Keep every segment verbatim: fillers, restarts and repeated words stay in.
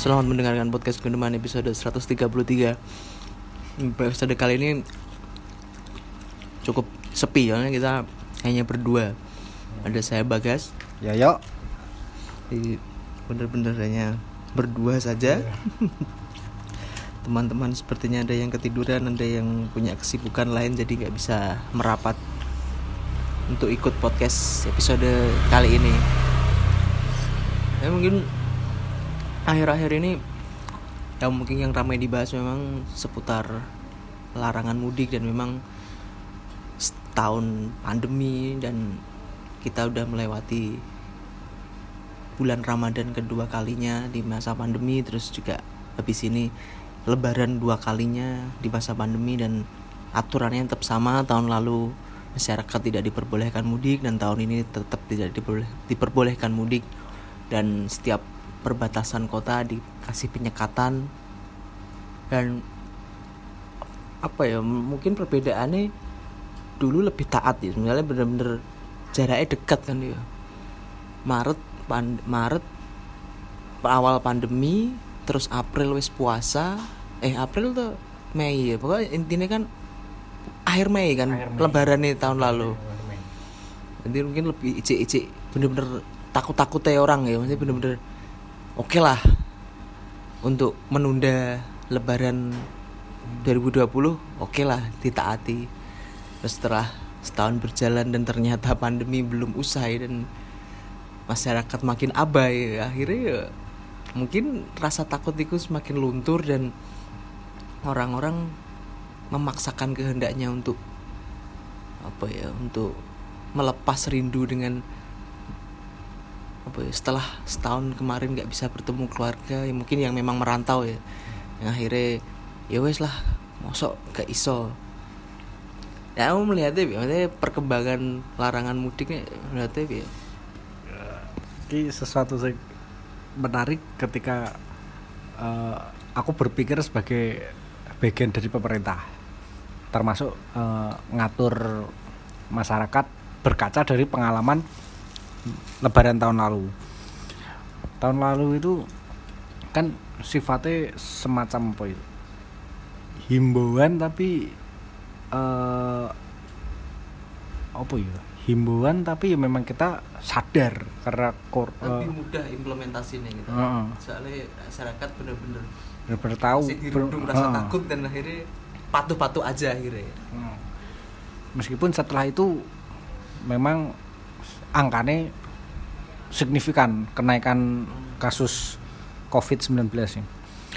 Selamat mendengarkan podcast Gunduman episode seratus tiga puluh tiga. Episode kali ini cukup sepi, soalnya kita hanya berdua. Ada saya Bagas. Ya yuk. Jadi bener-bener hanya berdua saja. Teman-teman sepertinya ada yang ketiduran, ada yang punya kesibukan lain, jadi gak bisa merapat untuk ikut podcast episode kali ini. Ya mungkin akhir-akhir ini ya mungkin yang ramai dibahas memang seputar larangan mudik, dan memang setahun pandemi dan kita udah melewati bulan Ramadan kedua kalinya di masa pandemi, terus juga habis ini Lebaran dua kalinya di masa pandemi, dan aturannya tetap sama. Tahun lalu masyarakat tidak diperbolehkan mudik, dan tahun ini tetap tidak diperboleh, diperbolehkan mudik, dan setiap perbatasan kota dikasih penyekatan. Dan apa ya, mungkin perbedaannya dulu lebih taat ya, misalnya bener-bener jaraknya dekat kan ya. Maret pand- Maret awal pandemi, terus April wis puasa, eh April tuh Mei ya, pokoknya intinya kan akhir Mei kan, akhir Mei. Lebaran nih tahun lalu. Jadi mungkin lebih icik-icik, bener-bener takut-takutnya orang ya, maksudnya bener-bener oke okay lah untuk menunda Lebaran dua ribu dua puluh, oke okay lah ditaati. Terus setelah setahun berjalan dan ternyata pandemi belum usai dan masyarakat makin abai, akhirnya ya mungkin rasa takut itu semakin luntur, dan orang-orang memaksakan kehendaknya untuk apa ya, untuk melepas rindu dengan apa ya, setelah setahun kemarin nggak bisa bertemu keluarga ya, mungkin yang memang merantau ya, yang akhirnya ya wes lah mosok gak iso. Ya kamu melihatnya ya, maksudnya perkembangan larangan mudiknya melihatnya ya. Ini sesuatu yang menarik ketika uh, aku berpikir sebagai bagian dari pemerintah, termasuk uh, ngatur masyarakat berkaca dari pengalaman Lebaran tahun lalu. Tahun lalu itu kan sifatnya semacam apa itu? Himbauan, tapi uh, apa ya? Himbauan tapi ya memang kita sadar karena kor, lebih mudah implementasinya gitu. Uh, Soalnya masyarakat benar-benar benar-benar tahu, dirundung ber, rasa uh, takut, dan akhirnya patuh-patuh aja akhirnya. Uh. Meskipun setelah itu memang angkanya signifikan kenaikan kasus covid sembilan belas ini.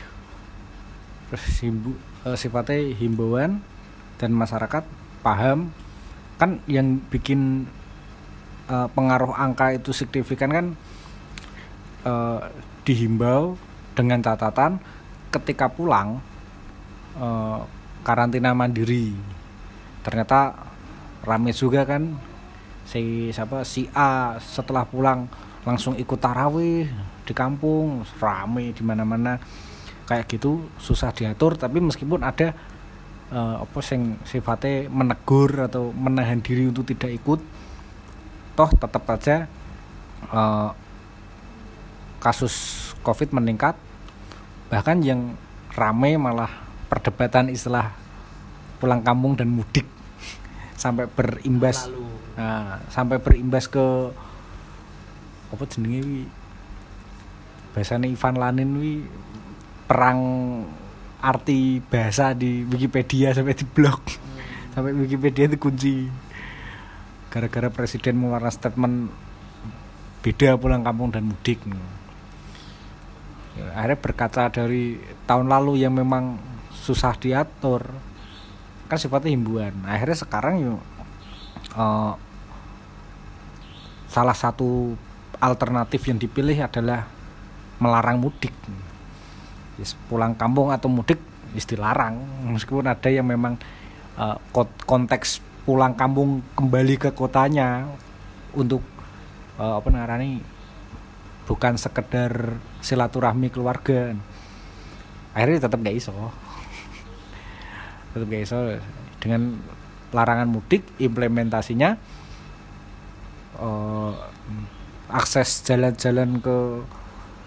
Himbu, uh, sifatnya himbauan dan masyarakat paham. Kan yang bikin uh, pengaruh angka itu signifikan kan uh, dihimbau dengan catatan ketika pulang uh, karantina mandiri. Ternyata rame juga kan, si siapa si A setelah pulang langsung ikut tarawih di kampung, rame di mana-mana kayak gitu, susah diatur. Tapi meskipun ada Uh, apa sing sifatnya menegur atau menahan diri untuk tidak ikut, toh tetap aja uh, kasus covid meningkat. Bahkan yang ramai malah perdebatan istilah pulang kampung dan mudik sampai berimbas uh, sampai berimbas ke apa jenenge wi bahasane Ivan Lanin wi perang arti bahasa di Wikipedia sampai di blog, hmm. sampai Wikipedia dikunci gara-gara presiden mengeluarkan statement beda pulang kampung dan mudik. Ya, akhirnya berkaca dari tahun lalu yang memang susah diatur, kan sifatnya himbauan. Akhirnya sekarang yuk uh, salah satu alternatif yang dipilih adalah melarang mudik. Pulang kampung atau mudik dilarang, meskipun ada yang memang uh, konteks pulang kampung kembali ke kotanya untuk uh, apa namanya, bukan sekedar silaturahmi keluarga, akhirnya tetap gak iso tetap gak iso dengan larangan mudik. Implementasinya uh, akses jalan-jalan ke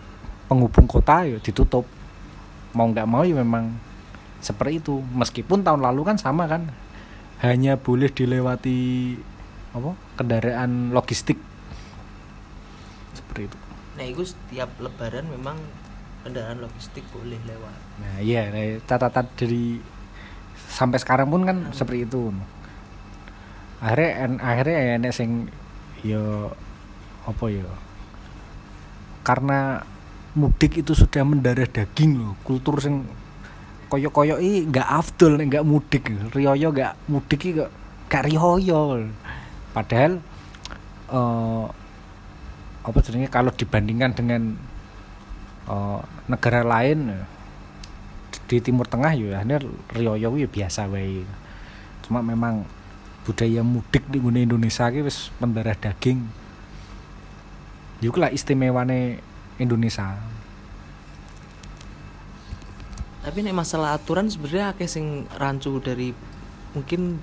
penghubung kota ya ditutup. Mau nggak mau ya memang seperti itu. Meskipun tahun lalu kan sama kan, hanya boleh dilewati apa kendaraan logistik seperti itu. Nah itu setiap lebaran memang kendaraan logistik boleh lewat. Nah iya, nah, catatan dari sampai sekarang pun kan hmm. seperti itu. Akhirnya en, akhirnya enek sing yo apa yo, karena mudik itu sudah mendarah daging loh, kultur sing koyo-koyo i nggak afdol nek nggak mudik, riyoyo nggak mudik i gak, gak riyoyo. Padahal uh, apa sebenarnya kalau dibandingkan dengan uh, negara lain di Timur Tengah ya ini riyoyo ya biasa wae. Cuma memang budaya mudik di Indonesia ki wis mendarah daging. Iku lah istimewane Indonesia. Tapi nek masalah aturan sebenarnya akeh sing rancu dari mungkin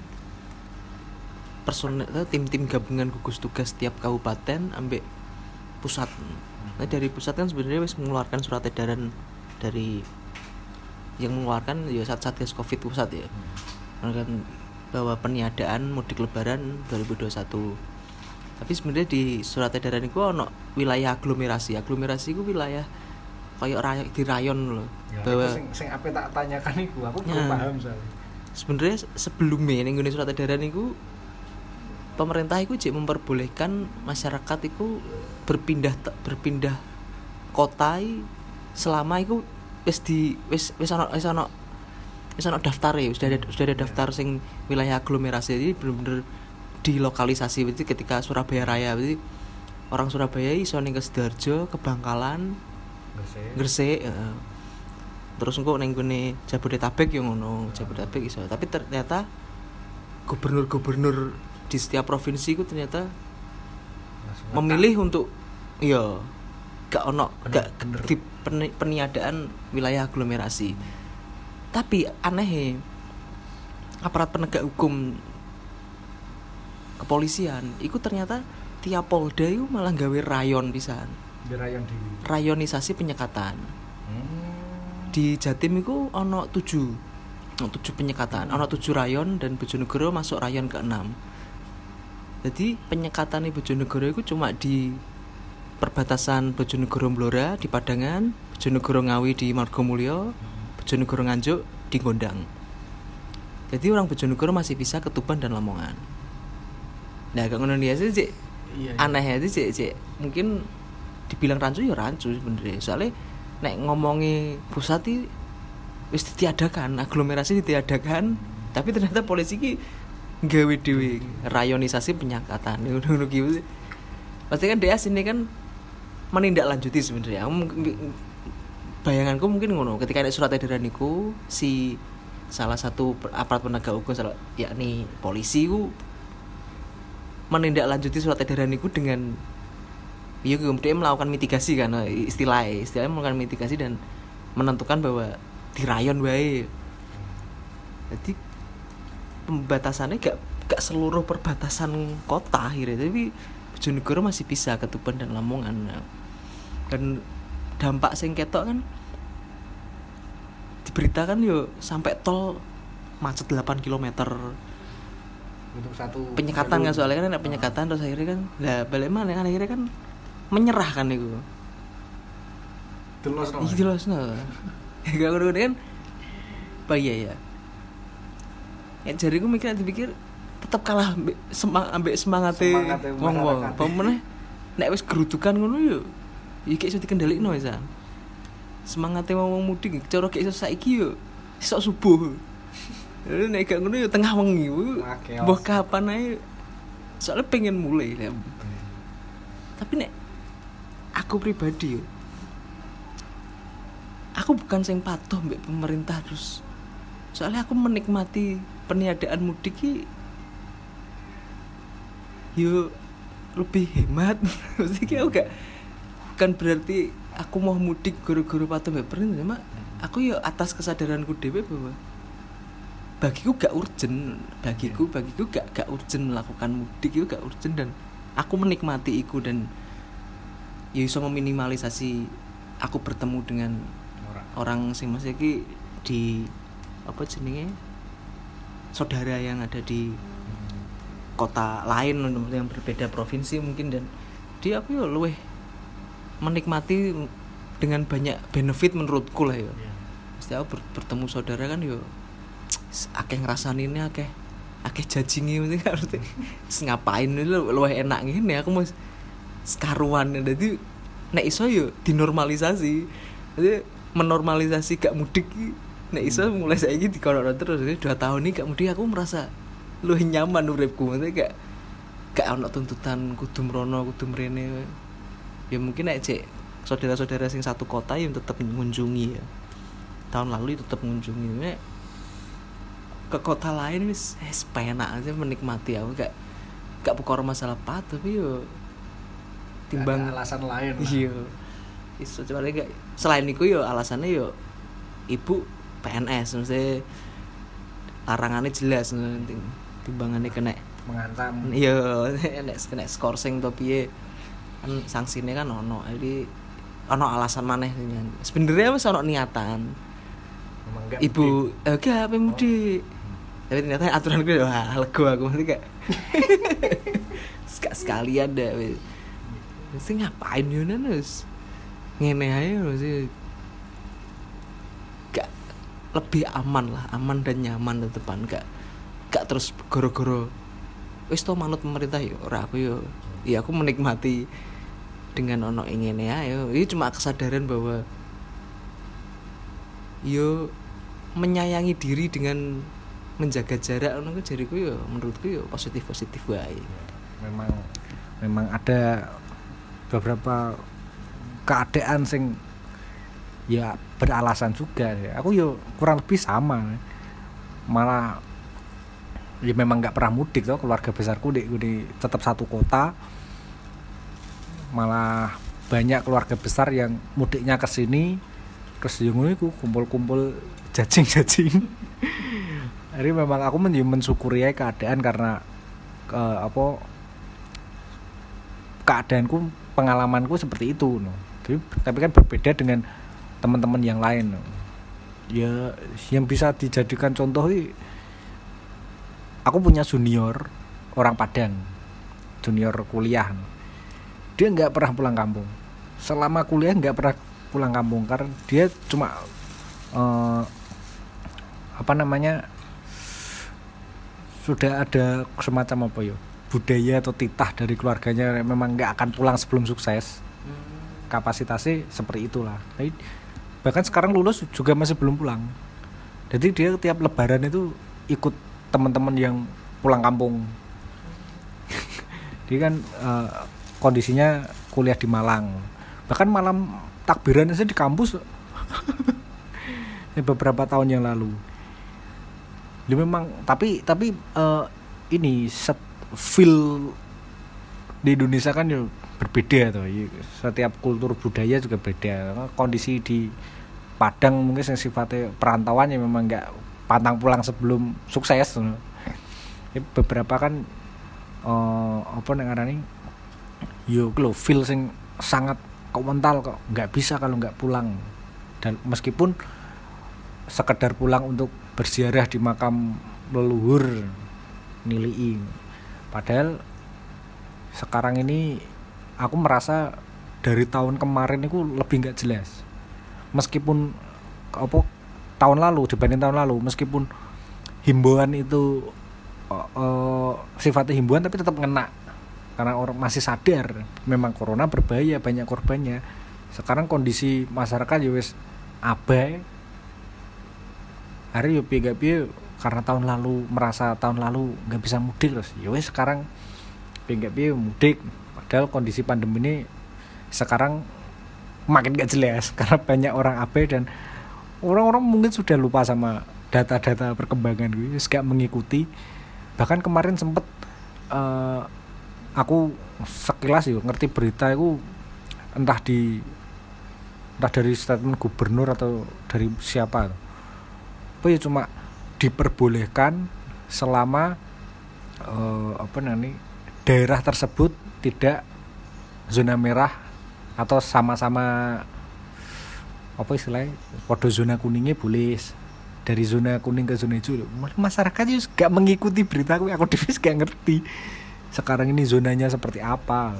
personel tim-tim gabungan gugus tugas setiap kabupaten ambek pusat. Nah dari pusat kan sebenarnya wis mengeluarkan surat edaran dari yang mengeluarkan ya Satgas Covid pusat ya. Kan bahwa peniadaan mudik lebaran dua ribu dua puluh satu. Tapi sebenarnya di surat edaran itu ono wilayah aglomerasi. Aglomerasi itu wilayah kayak rayon di rayon loh. Ya, bahwa sing sing ape tak tanyakan iku, aku belum ya, paham soalnya. Sebenarnya sebelumnya ning ngene surat edaran itu pemerintah itu jek memperbolehkan masyarakat itu berpindah berpindah kota selama itu wis di wis wis ono wis ono wis ono daftare, sudah ada sudah ada daftar sing wilayah aglomerasi. Jadi bener-bener dilokalisasi. Berarti ketika Surabaya Raya berarti orang Surabaya iso ning ke Sidoarjo, ke Bangkalan, Gresik. Gresik, heeh. Terus engko ning gone Jabodetabek yo ngono, Jabodetabek iso. Tapi ternyata gubernur-gubernur di setiap provinsi itu ternyata Masuk memilih untuk iya gak ono gak di peniadaan wilayah aglomerasi. Tapi aneh, aparat penegak hukum kepolisian itu ternyata tiap Polda itu malah gawe rayon pisan. Di rayon di rayonisasi penyekatan. Hmm. Di Jatim itu ono tujuh, ono tujuh penyekatan, hmm. ono tujuh rayon dan Bojonegoro masuk rayon keenam. Jadi penyekatan di Bojonegoro itu cuma di perbatasan Bojonegoro Blora di Padangan, Bojonegoro Ngawi di Margomulyo, Bojonegoro Nganjuk di Gondang. Jadi orang Bojonegoro masih bisa ke Tuban dan Lamongan. Nah, kalau ngono dia sih iya, iya. Aneh aja sih, sih. Mungkin dibilang rancu ya rancu sebenarnya. Soalnya nek ngomongi pusat iki wis ditiadakan, aglomerasi ditiadakan, tapi ternyata polisi ki gawe dhewe rayonisasi penyekatan. Ngono-ngono gitu. Pasti kan dia sini kan menindaklanjuti sebenarnya. Bayanganku mungkin ngono, ketika ada surat edaran niku si salah satu aparat penegak hukum yakni polisi ku menindaklanjuti surat edaran niku dengan ya kemudian melakukan mitigasi kan istilahnya istilahnya melakukan mitigasi dan menentukan bahwa di rayon wae. Jadi pembatasannya gak gak seluruh perbatasan kota akhirnya, tapi Bojonegoro masih bisa ke Tuban dan Lamongan. Dan dampak sing ketok kan diberitakan yo sampai tol macet delapan kilometer untuk satu penyekatan kan, soalnya kan ada penyekatan terus akhirnya kan lah balik mana kan akhirnya kan menyerah kan itu delos no iya delos no gak udah kan bahaya ya ya jadi gue mikir nanti pikir tetap kalah ambek semang ambek semangate wong-wong apa meneh nek wis gerudukan ngono yo iki iso dikendhalikno ya semangate wong mudik cara gak iso saiki yo esuk subuh. Lalu nek gak ngono yo tengah wengi. Mbah kapan ae soalnya pengen mulai ya. Tapi nek aku pribadi yo aku bukan sing patuh mbek pemerintah terus. Soalnya aku menikmati peniadaan mudik ki yo lebih hemat. Maksudnya aku gak bukan berarti aku mau mudik guru-guru patuh mbek pemerintah, cuma aku yo atas kesadaranku dhewe bahwa bagiku gak urgent, bagiku bagiku gak gak urgent melakukan mudik itu gak urgent dan aku menikmati iku dan ya iso meminimalisasi aku bertemu dengan orang, orang sing masih iki di apa jenenge saudara yang ada di kota lain yang berbeda provinsi mungkin, dan dia aku yo luweh menikmati dengan banyak benefit menurutku lah yo. Mesti aku ber- bertemu saudara kan yo akeh ngrasani akeh akeh jajingi mesti kan mesti ngapain lu luwih enak ngene aku mesti sekaruan. Dadi nek iso yo dinormalisasi. Jadi menormalisasi gak mudik iki nek iso mulai saiki dikono terus. Dua tahun ini gak mudik aku merasa luwih nyaman uripku. Maksudnya gak gak ono tuntutan kudu mrono kudu mrene. Ya mungkin nek cek saudara-saudara sing satu kota yang tetap mengunjungi ya. Tahun lalu tetap mengunjungi. Nek ke kota lain wis wis penak aja menikmati aku gak gak perkara masalah pat tapi yo timbang ada alasan lain. Iya. Iso coba gak selain iku yo alasannya yo ibu P N S maksudnya larangannya jelas nanti timbangannya kena menghantam. Iya, nek kena skorsing to piye kan sanksine kan ono. Jadi ono alasan maneh sebenarnya wis ono niatan ibu eh gak ape mudik. Tapi ternyata aturan gue wah lego aku mesti kayak sekalian dah mesti ngapain yo nanus ngene ae mesti gak lebih aman lah, aman dan nyaman di depan, gak gak terus goro-goro wis to manut pemerintah yo ora aku yo ya aku menikmati dengan ono ngene ae yo. Ini cuma kesadaran bahwa yo menyayangi diri dengan menjaga jarak ngono ku jariku yo menurutku yo positif-positif wae. Memang memang ada beberapa keadaan sing ya beralasan juga ya. Aku yo kurang lebih sama. Malah ya memang enggak pernah mudik toh, keluarga besarku di, di tetap satu kota. Malah banyak keluarga besar yang mudiknya ke sini terus yo ngono iku kumpul-kumpul jajing-jajing. Jadi memang aku mensyukuri keadaan karena ke, apa keadaanku, pengalamanku seperti itu no. Tapi, tapi kan berbeda dengan teman-teman yang lain no. Ya yang bisa dijadikan contoh ini, aku punya junior orang Padang, junior kuliah no. Dia nggak pernah pulang kampung selama kuliah, nggak pernah pulang kampung karena dia cuma uh, apa namanya sudah ada semacam apa ya budaya atau titah dari keluarganya memang nggak akan pulang sebelum sukses. Kapasitasnya seperti itulah. Jadi, bahkan sekarang lulus juga masih belum pulang. Jadi dia tiap lebaran itu ikut teman-teman yang pulang kampung. Dia kan uh, kondisinya kuliah di Malang. Bahkan malam takbiran aja di kampus. Ini beberapa tahun yang lalu. Dia memang tapi tapi uh, ini set feel di Indonesia kan ya berbeda tuh. Setiap kultur budaya juga beda. Kondisi di Padang mungkin yang sifatnya perantauan yang memang nggak pantang pulang sebelum sukses. Ya, beberapa kan uh, apa ngarani yo lo feel sing sangat komental kok nggak bisa kalau nggak pulang, dan meskipun sekedar pulang untuk berziarah di makam leluhur nilai. Padahal sekarang ini aku merasa dari tahun kemarin itu lebih nggak jelas. Meskipun apa tahun lalu dibanding tahun lalu, meskipun himbauan itu uh, uh, sifatnya himbauan tapi tetap ngena karena orang masih sadar memang corona berbahaya, banyak korbannya. Sekarang kondisi masyarakat ya wis abai. Hari yo piye piye karena tahun lalu merasa tahun lalu nggak bisa mudik terus. Ya wis sekarang piye piye mudik. Padahal kondisi pandemi ini sekarang makin gak jelas karena banyak orang abai dan orang-orang mungkin sudah lupa sama data-data perkembangan gue, gak mengikuti. Bahkan kemarin sempet uh, aku sekilas yuk ngerti berita itu entah di entah dari statement gubernur atau dari siapa, apa ya cuma diperbolehkan selama uh, apa namanya daerah tersebut tidak zona merah atau sama-sama apa istilahnya podo zona kuningnya boleh dari zona kuning ke zona hijau. Masyarakat juga gak mengikuti berita aku, aku devis gak ngerti sekarang ini zonanya seperti apa.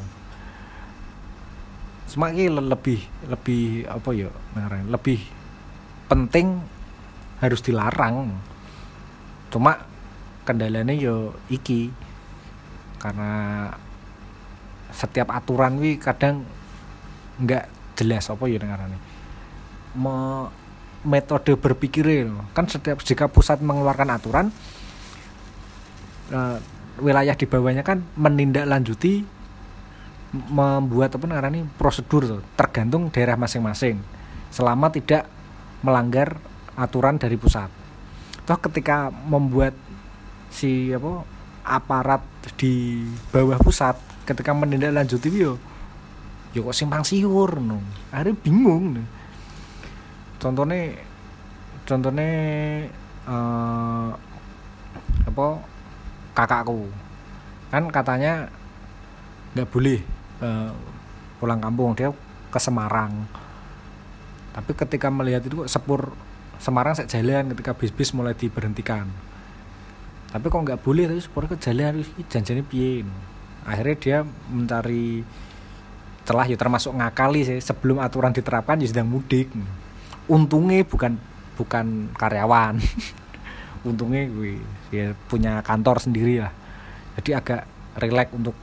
Semakin lebih lebih apa ya lebih penting harus dilarang. Cuma kendalanya yo iki karena setiap aturan wi kadang nggak jelas apa ya dengarane. Me, metode berpikirnya kan setiap jika pusat mengeluarkan aturan uh, wilayah di bawahnya kan menindaklanjuti membuat apa namanya prosedur tuh, tergantung daerah masing-masing selama tidak melanggar aturan dari pusat. Toh ketika membuat si apa aparat di bawah pusat ketika menindaklanjuti yo yo kok simpang siur no. Akhirnya bingung no. Contohnya contohnya uh, apa kakakku kan katanya nggak boleh uh, pulang kampung, dia ke Semarang. Tapi ketika melihat itu sepur Semarang saya jalan ketika bis-bis mulai diberhentikan. Tapi kok nggak boleh, tapi sepur ke jalan janjane piye. Akhirnya dia mencari celah ya termasuk ngakali sih sebelum aturan diterapkan ya sedang mudik. Untungnya bukan bukan karyawan. Untungnya gue ya punya kantor sendiri lah. Jadi agak rileks untuk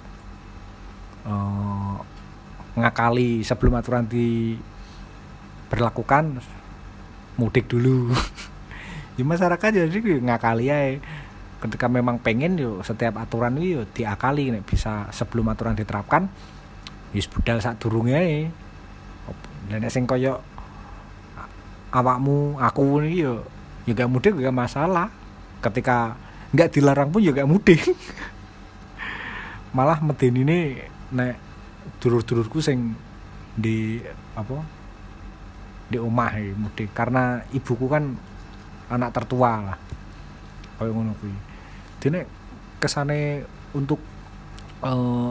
uh, ngakali sebelum aturan diberlakukan mudik dulu. Ya masyarakat jadi ngakali aja. Ketika memang pengen yo setiap aturan itu yo diakali nek bisa sebelum aturan diterapkan wis budal sak durunge ae. Lah nek sing koyo awakmu aku ini yo yo gak mudik gak masalah. Ketika enggak dilarang pun yo gak mudik. Malah medenine nek dulur-dulurku sing di apa di omah e mudik karena ibuku kan anak tertua lah kayak ngono kuwi. Dene kesane untuk uh,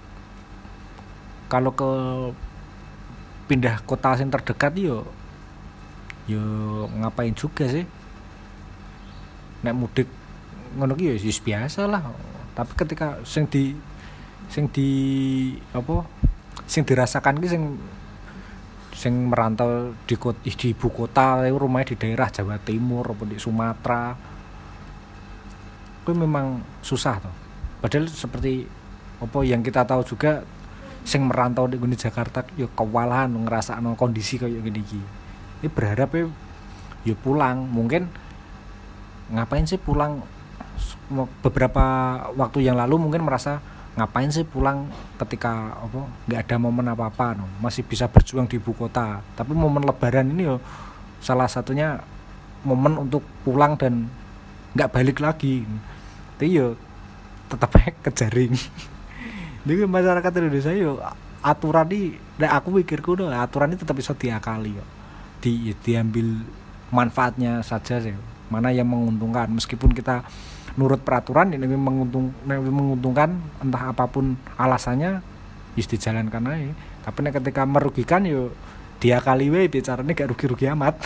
kalau ke pindah kota yang terdekat yo yo ngapain juga sih nek mudik ngono ki yo biasa lah. Tapi ketika sing di sing di apa sing dirasakan ki sing sing merantau di kota, di ibu kota, rumahnya di daerah Jawa Timur atau di Sumatera, itu memang susah toh. Padahal seperti apa yang kita tahu juga, sing merantau di Jakarta, yo kewalahan ngerasakno kondisi kayak gini iki. Ini berharap ya, yo pulang. Mungkin ngapain sih pulang? Beberapa waktu yang lalu mungkin merasa ngapain sih pulang ketika apa nggak ada momen apa-apa no. Masih bisa berjuang di ibu kota, tapi momen lebaran ini yo salah satunya momen untuk pulang dan nggak balik lagi. Tapi yo tetap kejaring. Jadi masyarakat Indonesia yo aturan ini, nah aku pikirku no, aturan ini tetap bisa diakali yo. Di diambil manfaatnya saja sih, mana yang menguntungkan. Meskipun kita nurut peraturan ini menguntung, menguntungkan entah apapun alasannya wis dijalankan aja. Tapi nek ketika merugikan yo dia kali wae bicarane gak rugi-rugi amat.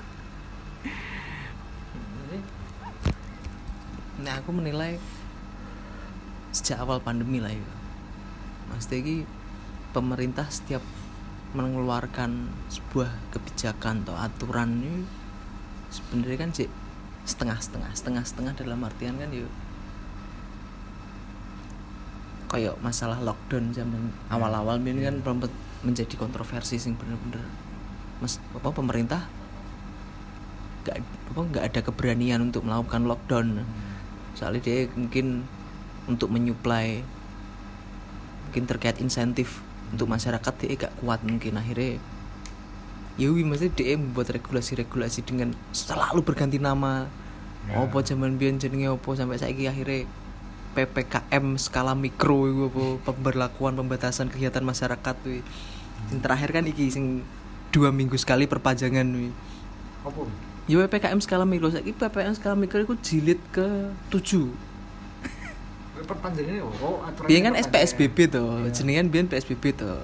Nah aku menilai sejak awal pandemi lah ya Mas Tegi, pemerintah setiap mengeluarkan sebuah kebijakan atau aturan ini sebenarnya kan sih setengah-setengah setengah-setengah dalam artian kan yuk kayak masalah lockdown zaman awal-awal ini kan menjadi kontroversi sing bener-bener mas apa pemerintah nggak apa nggak ada keberanian untuk melakukan lockdown soalnya dia mungkin untuk menyuplai mungkin terkait insentif untuk masyarakat dia gak kuat mungkin akhirnya Yui mesti D M buat regulasi-regulasi dengan selalu berganti nama. Ya. Opo zaman biyen jenenge opo sampai saiki akhirnya P P K M skala mikro iku apa pemberlakuan pembatasan kegiatan masyarakat kuwi. Sing terakhir kan iki sing dua minggu sekali perpanjangan kuwi. Opo? Ya P P K M skala mikro saiki P P K M skala mikro iku jilid ke tujuh. Perpanjangannya oh aturan. Biyen kan P S B B to, jenengan biyen P S B B to.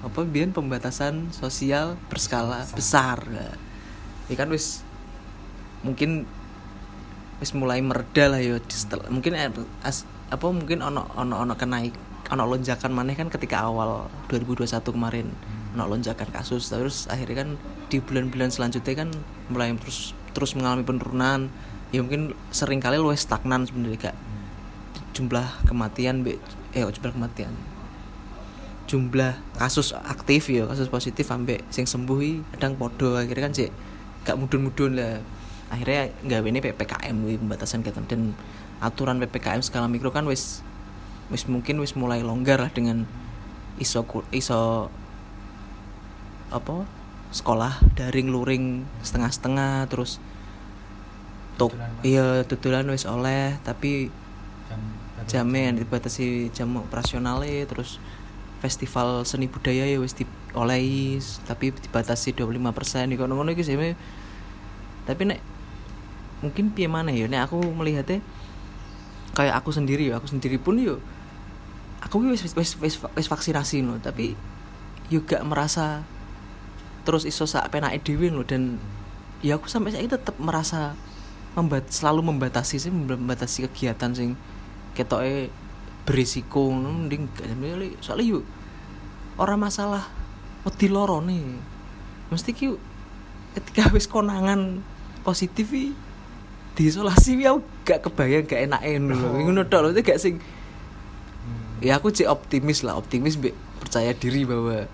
apa biyen pembatasan sosial berskala besar. Nah, ya kan wis mungkin wis mulai mereda lah ya setel, mungkin as, apa mungkin ono ono ono kenaik ono lonjakan maneh kan ketika awal dua ribu dua puluh satu kemarin ono lonjakan kasus, terus akhirnya kan di bulan-bulan selanjutnya kan mulai terus terus mengalami penurunan. Ya mungkin sering kali luwih stagnan sebenarnya kak jumlah kematian be eh jumlah kematian jumlah kasus aktif ya kasus positif sampai sing sembuh kadang podo akhirnya kan cek gak mudun-mudun lah, akhirnya gawe ini P P K M wi pembatasan kegiatan dan aturan P P K M skala mikro kan wis wis mungkin wis mulai longgar lah dengan iso iso apa sekolah daring luring setengah-setengah terus tok iya tutulan wis oleh tapi jamnya dibatasi jam operasionalnya, terus festival seni budaya ya wis diolehi tapi dibatasi dua puluh lima persen di kono-kono iki sih. Tapi nek mungkin piye maneh ya nek aku melihatnya kayak aku sendiri ya, aku sendiri pun yo aku wis wis wis wis vaksinasi no, tapi juga merasa terus iso sak penake dhewe lho, dan ya aku sampai saiki tetap merasa membat selalu membatasi sih membatasi kegiatan sing ketoke berisiko mending soalnya yuk orang masalah wedi loro nih mesti ki ketika wis konangan positif i diisolasi ya gak kebayang gak enake lho ngono tok lho itu gak sing ya aku cek optimis lah optimis be, percaya diri bahwa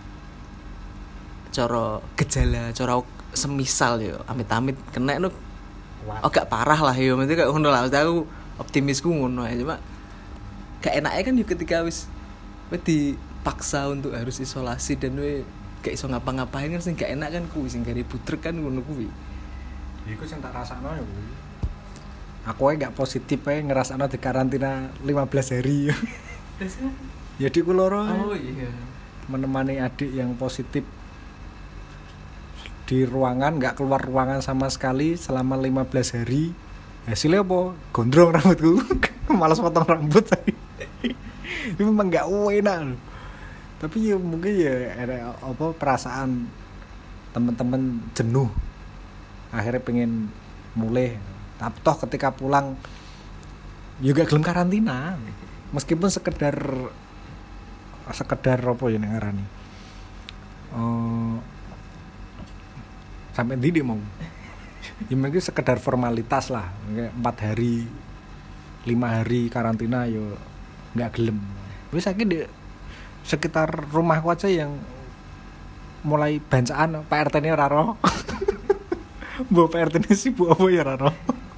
cara gejala cara semisal yo amit-amit kena no oh gak parah lah yo mesti kayak ngono lah aku optimisku ngono aja cuma gak enaknya kan yuk ketika wis wis dipaksa untuk harus isolasi dan we gak iso ngapa-ngapain kan sing gak enak kan kuwi sing gare butrek kan ngono kuwi. Iku sing tak rasakno ya kuwi. Aku ae gak positif ae ngrasakno di karantina lima belas hari. Jadi ku loro. Oh iya. Menemani adik yang positif di ruangan, gak keluar ruangan sama sekali selama lima belas hari. Hasilnya apa? Gondrong rambutku. Malas potong rambut tadi. Itu memang gak enak loh. Tapi ya mungkin ya ada apa perasaan teman-teman jenuh. Akhirnya pengen mulai. Tapi toh ketika pulang juga gelem karantina. Meskipun sekedar sekedar apa ya ngarani. Uh, sampai ndi dia mau. Ya mungkin sekedar formalitas lah. empat hari lima hari karantina yo nggak gelem. Wis saiki di sekitar rumahku aja yang mulai bancaan P R T-ne ora ro. Mbok P R T-ne sibuk apa ya ora ro.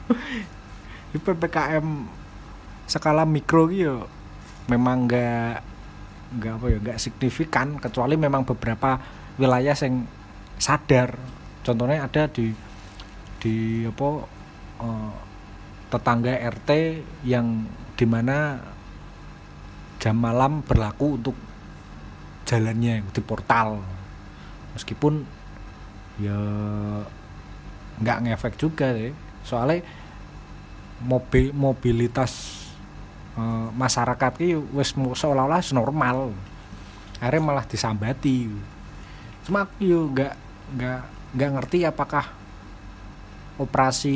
Di P P K M skala mikro ki yo memang enggak enggak apa ya enggak signifikan kecuali memang beberapa wilayah yang sadar. Contohnya ada di di apa uh, tetangga R T yang dimana jam malam berlaku untuk jalannya di portal, meskipun ya nggak ngefek juga deh soalnya mobil mobilitas uh, masyarakat ki wis seolah-olah normal, akhirnya malah disambati. Cuma aku yo nggak nggak nggak ngerti apakah operasi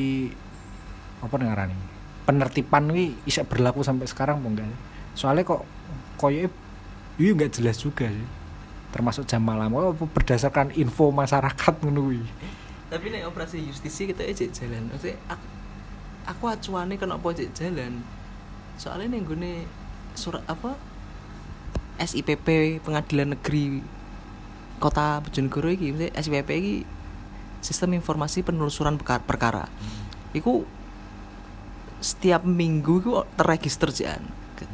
apa ngarani penertiban ini bisa berlaku sampai sekarang apa enggak? Soalnya kok koyo ini enggak jelas juga sih. Termasuk jam malam oh, berdasarkan info masyarakat ngono kuwi. Tapi nek operasi justisi kita ejek jalan. Maksudnya aku, aku acuane kenapa ejek jalan? Soalnya ning gone surat apa S I P P Pengadilan Negeri Kota Bojonegoro iki, maksudnya S I P P iki Sistem Informasi Penelusuran Perkara. Iku setiap minggu iku terregister jan.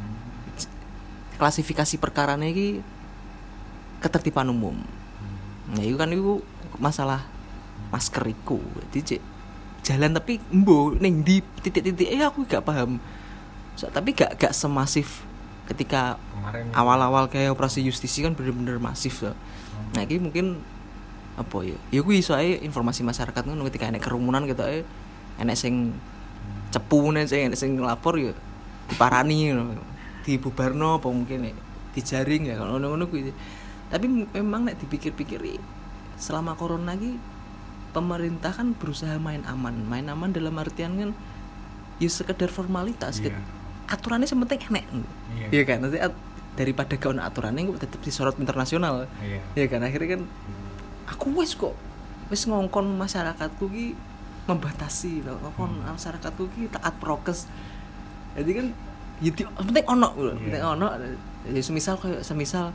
Klasifikasi perkarane iki ketertiban umum. Nah, itu kan itu masalah masker iku. Jadi jalan tapi embo ning di titik-titik eh aku gak paham. So, tapi gak gak semasif ketika kemarin awal-awal kayak operasi justisi kan bener-bener masif so. Nah, ini mungkin apa ya? Ya kuwi soalnya informasi masyarakat ngono ketika enek kerumunan gitu eh enek sing cepu nek sing enek sing lapor ya diparani ngono. Dibubarno apa mungkin nek dijaring ya kalau ngono-ngono kuwi. Tapi memang nek dipikir-pikir selama corona iki pemerintah kan berusaha main aman. Main aman dalam artian kan ya sekedar formalitas. Yeah. Aturannya sementing enek. Iya yeah. kan? Nanti at- daripada gak ono aturannya tetap disorot internasional. Iya yeah. kan? Akhirnya kan aku wis kok wis ngongkon masyarakatku ki membatasi, ngongkon hmm. masyarakatku ki taat prokes. Jadi kan ya penting ono lho, penting ono. Ya semisal kayak semisal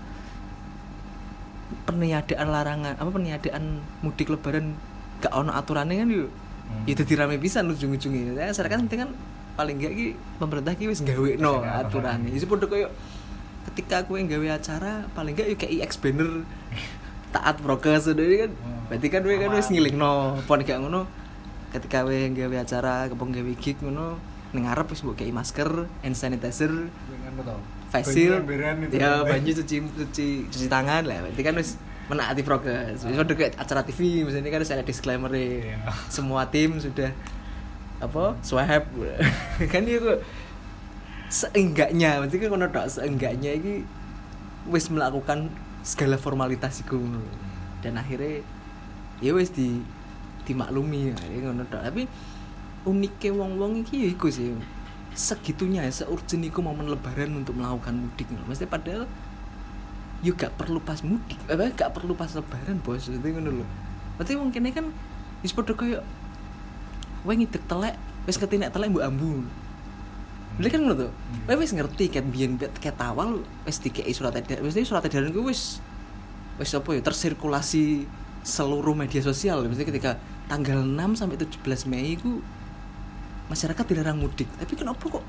peniadaan larangan apa peniadaan mudik lebaran gak ono aturannya kan yuk hmm. itu dirame pisan ujung-ujungnya ya masyarakat penting kan paling gak ki pemerintah ki wis gawe no aturannya itu podo koyo ketika aku yang gawe acara paling gak yuk kayak I X banner taat prokes udah kan berarti kan we kan wis ngilingno pon gak ngono ketika we gawe acara kepong gawe gig ngono ning ngarep wis mbok kei masker hand sanitizer face shield ya banyu cuci cuci cuci tangan lah berarti kan wis menaati prokes wis udah kayak acara T V misalnya kan ada disclaimer yeah. Semua tim sudah apa swab kan ya kok seenggaknya berarti kan kono tok seenggaknya iki wis melakukan segala formalitas iku dan akhirnya ya wis di dimaklumi ya ngono tok tapi unike wong-wong iki ya iku sih segitunya ya seurgen iku momen lebaran untuk melakukan mudik mesti padahal yo gak perlu pas mudik apa gak perlu pas lebaran bos itu ngono lho berarti mungkin kan wis padha koyo kowe ngidek telek wis ngerti nek telek mbok ambu lha kan ngono to kowe wis ngerti ket biyen ket awal wis dikeki surat edaran wis surat edaran ku wis wis apa ya tersirkulasi seluruh media sosial mesti ketika tanggal enam sampai tujuh belas Mei ku masyarakat dilarang mudik tapi kenapa kok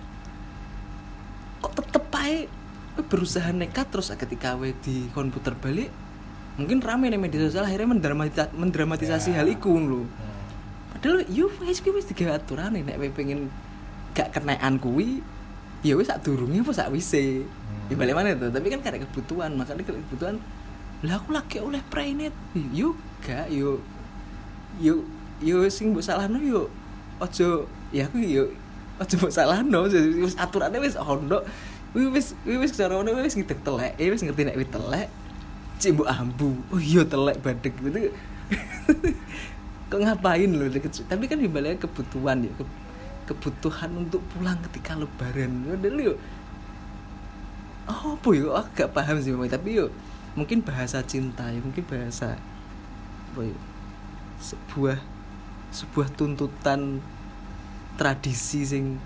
kok tetep ae berusaha nekat terus ketika we di komputer balik mungkin rame nih media sosial akhirnya mendramatisa- mendramatisasi yeah. hal iku lho yeah. padahal yo wis kuwi wis digawe aturane nek we pengen gak kenaikan kuwi ya wis sak durunge apa sak wise hmm. ya balik mana itu tapi kan karena kebutuhan makanya kebutuhan lah aku lagi oleh prenet yo gak yo yo yo sing mbok salahno yo ojo ya aku yo ojo mbok salahno wis aturane wis ono wis wis cara ngono wis ngidek telek eh wis ngerti nek wis telek cek mbok ambu oh iya telek badeg gitu kok ngapain lho tapi kan dimbalanya kebutuhan ya kebutuhan untuk pulang ketika lebaran padahal yo oh apa yo aku gak paham sih tapi yo mungkin bahasa cinta ya mungkin bahasa apa yo sebuah sebuah tuntutan tradisi sing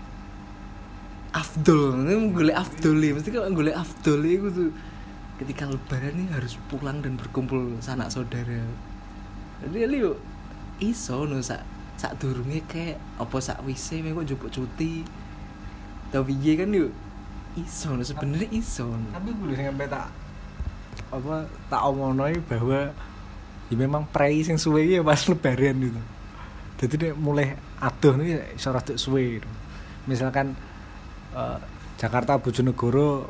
afdol, golek afdol ya, mesti kalau golek afdol itu tuh ketika lebaran nih harus pulang dan berkumpul sanak saudara. Jadi liyo iso no sak sak durunge kayak apa sak wise kok njupuk cuti. Tapi piye kan yo iso no sebenarnya iso. Tapi gue sing sampe tak apa tak omongno bahwa ya memang prei sing suwe ya pas lebaran gitu. Jadi dia mulai adoh nih iso rada suwe. Gitu. Misalkan Uh, Jakarta Bojonegoro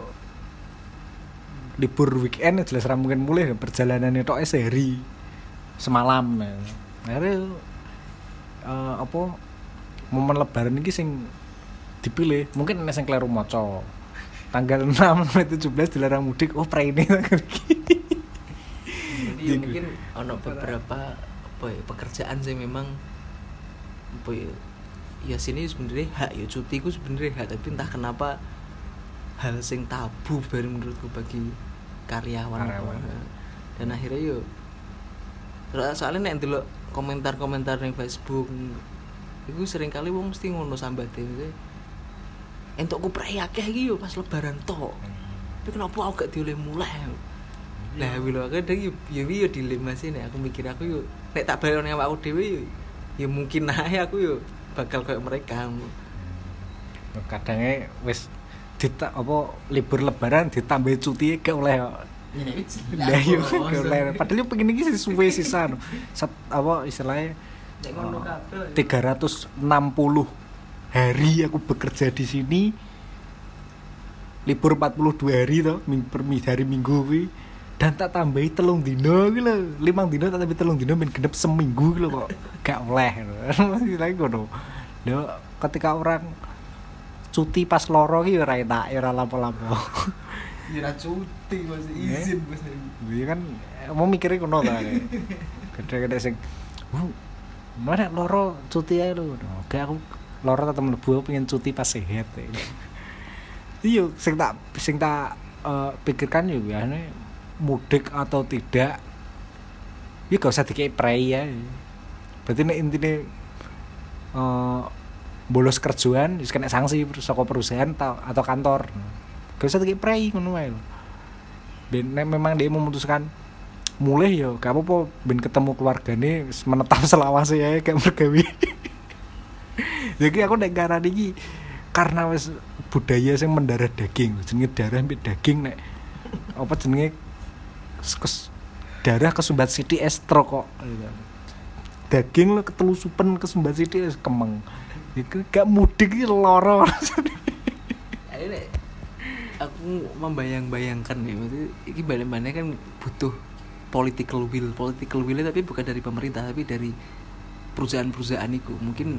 libur weekend jelas ra mungkin mulai perjalanannya tok sehari semalam nah. Akhirnya uh, apa momen lebaran iki sing dipilih mungkin nek sing kleru maca tanggal enam sampai tujuh belas dilarang mudik oh praine jadi mungkin ono beberapa apa ya, pekerjaan sih memang apa ya ya sini sebenarnya hak ya cuti ku sebenarnya hak tapi entah kenapa hal sing tabu baru menurutku bagi karyawan, karyawan. Dan akhirnya yo soalnya nek ndelok komentar-komentar ning Facebook iku sering kali wong mesti ngono sambate entuk ku prei akeh iki yo pas lebaran tok tapi kenapa aku gak dioleh mulai lah kuwi lho kadang yo yo yo dilema sih nek aku mikir aku yo nek tak bayar nang awakku dhewe yo ya mungkin ae aku yo bakal kayak mereka. Kadangnya wis dita apa libur lebaran ditambah cuti gak oleh. Lah yo oleh. Padahal yo pengen iki suwe sisan. Set apa istilahnya tiga ratus enam puluh hari aku bekerja di sini. Libur empat puluh dua hari to, per hari Minggu kuwi. Dan tak tambahi telung dino iki lho. Limang dino tak tambahi telung dino ben genep seminggu lho kok. Gak oleh. Masih lagi ngono. Lho, ketika orang cuti pas loro iki ora enak, ora lapo-lapo. Ya ra cuti masih izin Bos. Iya kan mau mikirnya kono ta. Gede-gede sing "Uh, mana loro cuti ae lho." Oke aku loro tetep mlebu pengen cuti pas sehat. Iya sing tak sing tak uh, pikirkan yo biasane mudik atau tidak. Ya gak usah dikei prei ya. Berarti nek intine uh, bolos kerjaan wis kena sanksi saka perusahaan atau, atau kantor. Gak usah dikei prei ngono wae lho. Ben nek memang dia memutuskan mulai yo gak apa-apa ben ketemu keluargane menetap selawase ae gak mergawe. Jadi aku nek ngarani iki karena wis budaya sing mendarah daging, jenenge darah mbek daging nek apa jenenge kes, darah kesumbat sithik estro kok. Daging lo ketelusupen kesumbat sithik wis kemeng. Iki gak mudik iki lara. Akhirnya aku membayang-bayangkan nih, maksudnya iki balik-balik kan butuh political will, political will tapi bukan dari pemerintah tapi dari perusahaan-perusahaan itu mungkin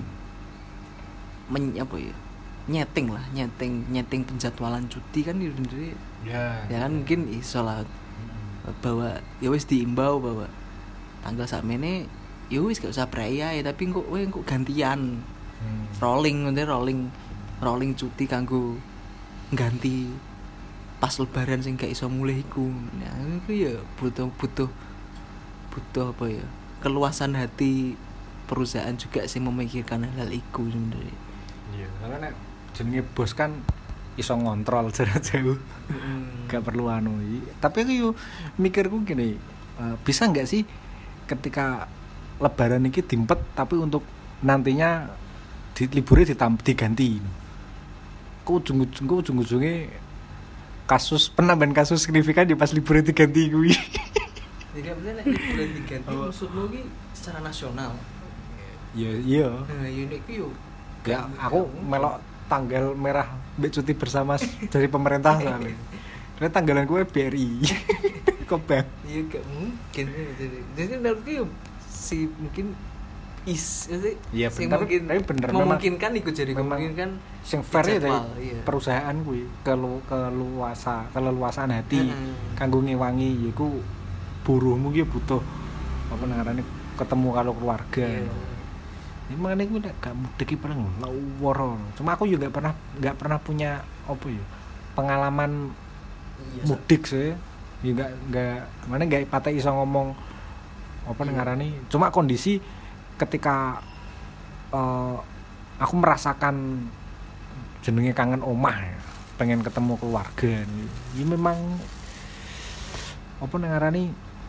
men, apa ya nyeting lah, nyeting nyeting penjadwalan cuti kan itu sendiri ya, ya kan mungkin iso lah bahwa ya wis diimbau bahwa tanggal sakmene ya wis gak usah praya ya tapi kok we kok gantian hmm. rolling nanti rolling rolling cuti kanggo ganti pas lebaran sing gak iso mulai iku. Nah, itu ya butuh butuh butuh apa ya? Keluasan hati perusahaan juga sih memikirkan hal-hal iku sebenarnya. Iya, karena nek jenenge bos kan iso ngontrol jarak jauh. Mm. Gak perlu anu. Tapi aku yo mikirku gini, uh, bisa enggak sih ketika lebaran iki dimpet tapi untuk nantinya di liburnya ditamp diganti. Kok ujung-ujung kok ujung-ujungnya kasus penambahan kasus signifikan di pas liburan diganti kuwi. Jadi maksudnya liburan diganti oh. Maksudmu ki secara nasional. Iya, iya. Nah, ya nek ku yo ya aku melok tanggal merah mbek cuti bersama dari pemerintah soalnya. Karena tanggalan gue B R I. Kok bang? Iya gak mungkin. Jadi menurutku yo si mungkin is ya, sing bener, mungkin tapi bener memungkinkan ikut jadi memungkinkan sing fair ya iya. Perusahaan kuwi kelu keluasa keleluasaan hati mm-hmm. kanggo ngewangi yaiku buruhmu ki butuh apa ngarane ketemu karo keluarga. Ini makanya gue gak mudik ki paling lawor. Cuma aku juga pernah gak pernah punya apa ya pengalaman iya, mudik sih. Ya gak gak mana gak patah iso ngomong apa iya. Ngarani. Cuma kondisi ketika uh, aku merasakan jenenge kangen omah ya, pengen ketemu keluarga ini memang apa ngarani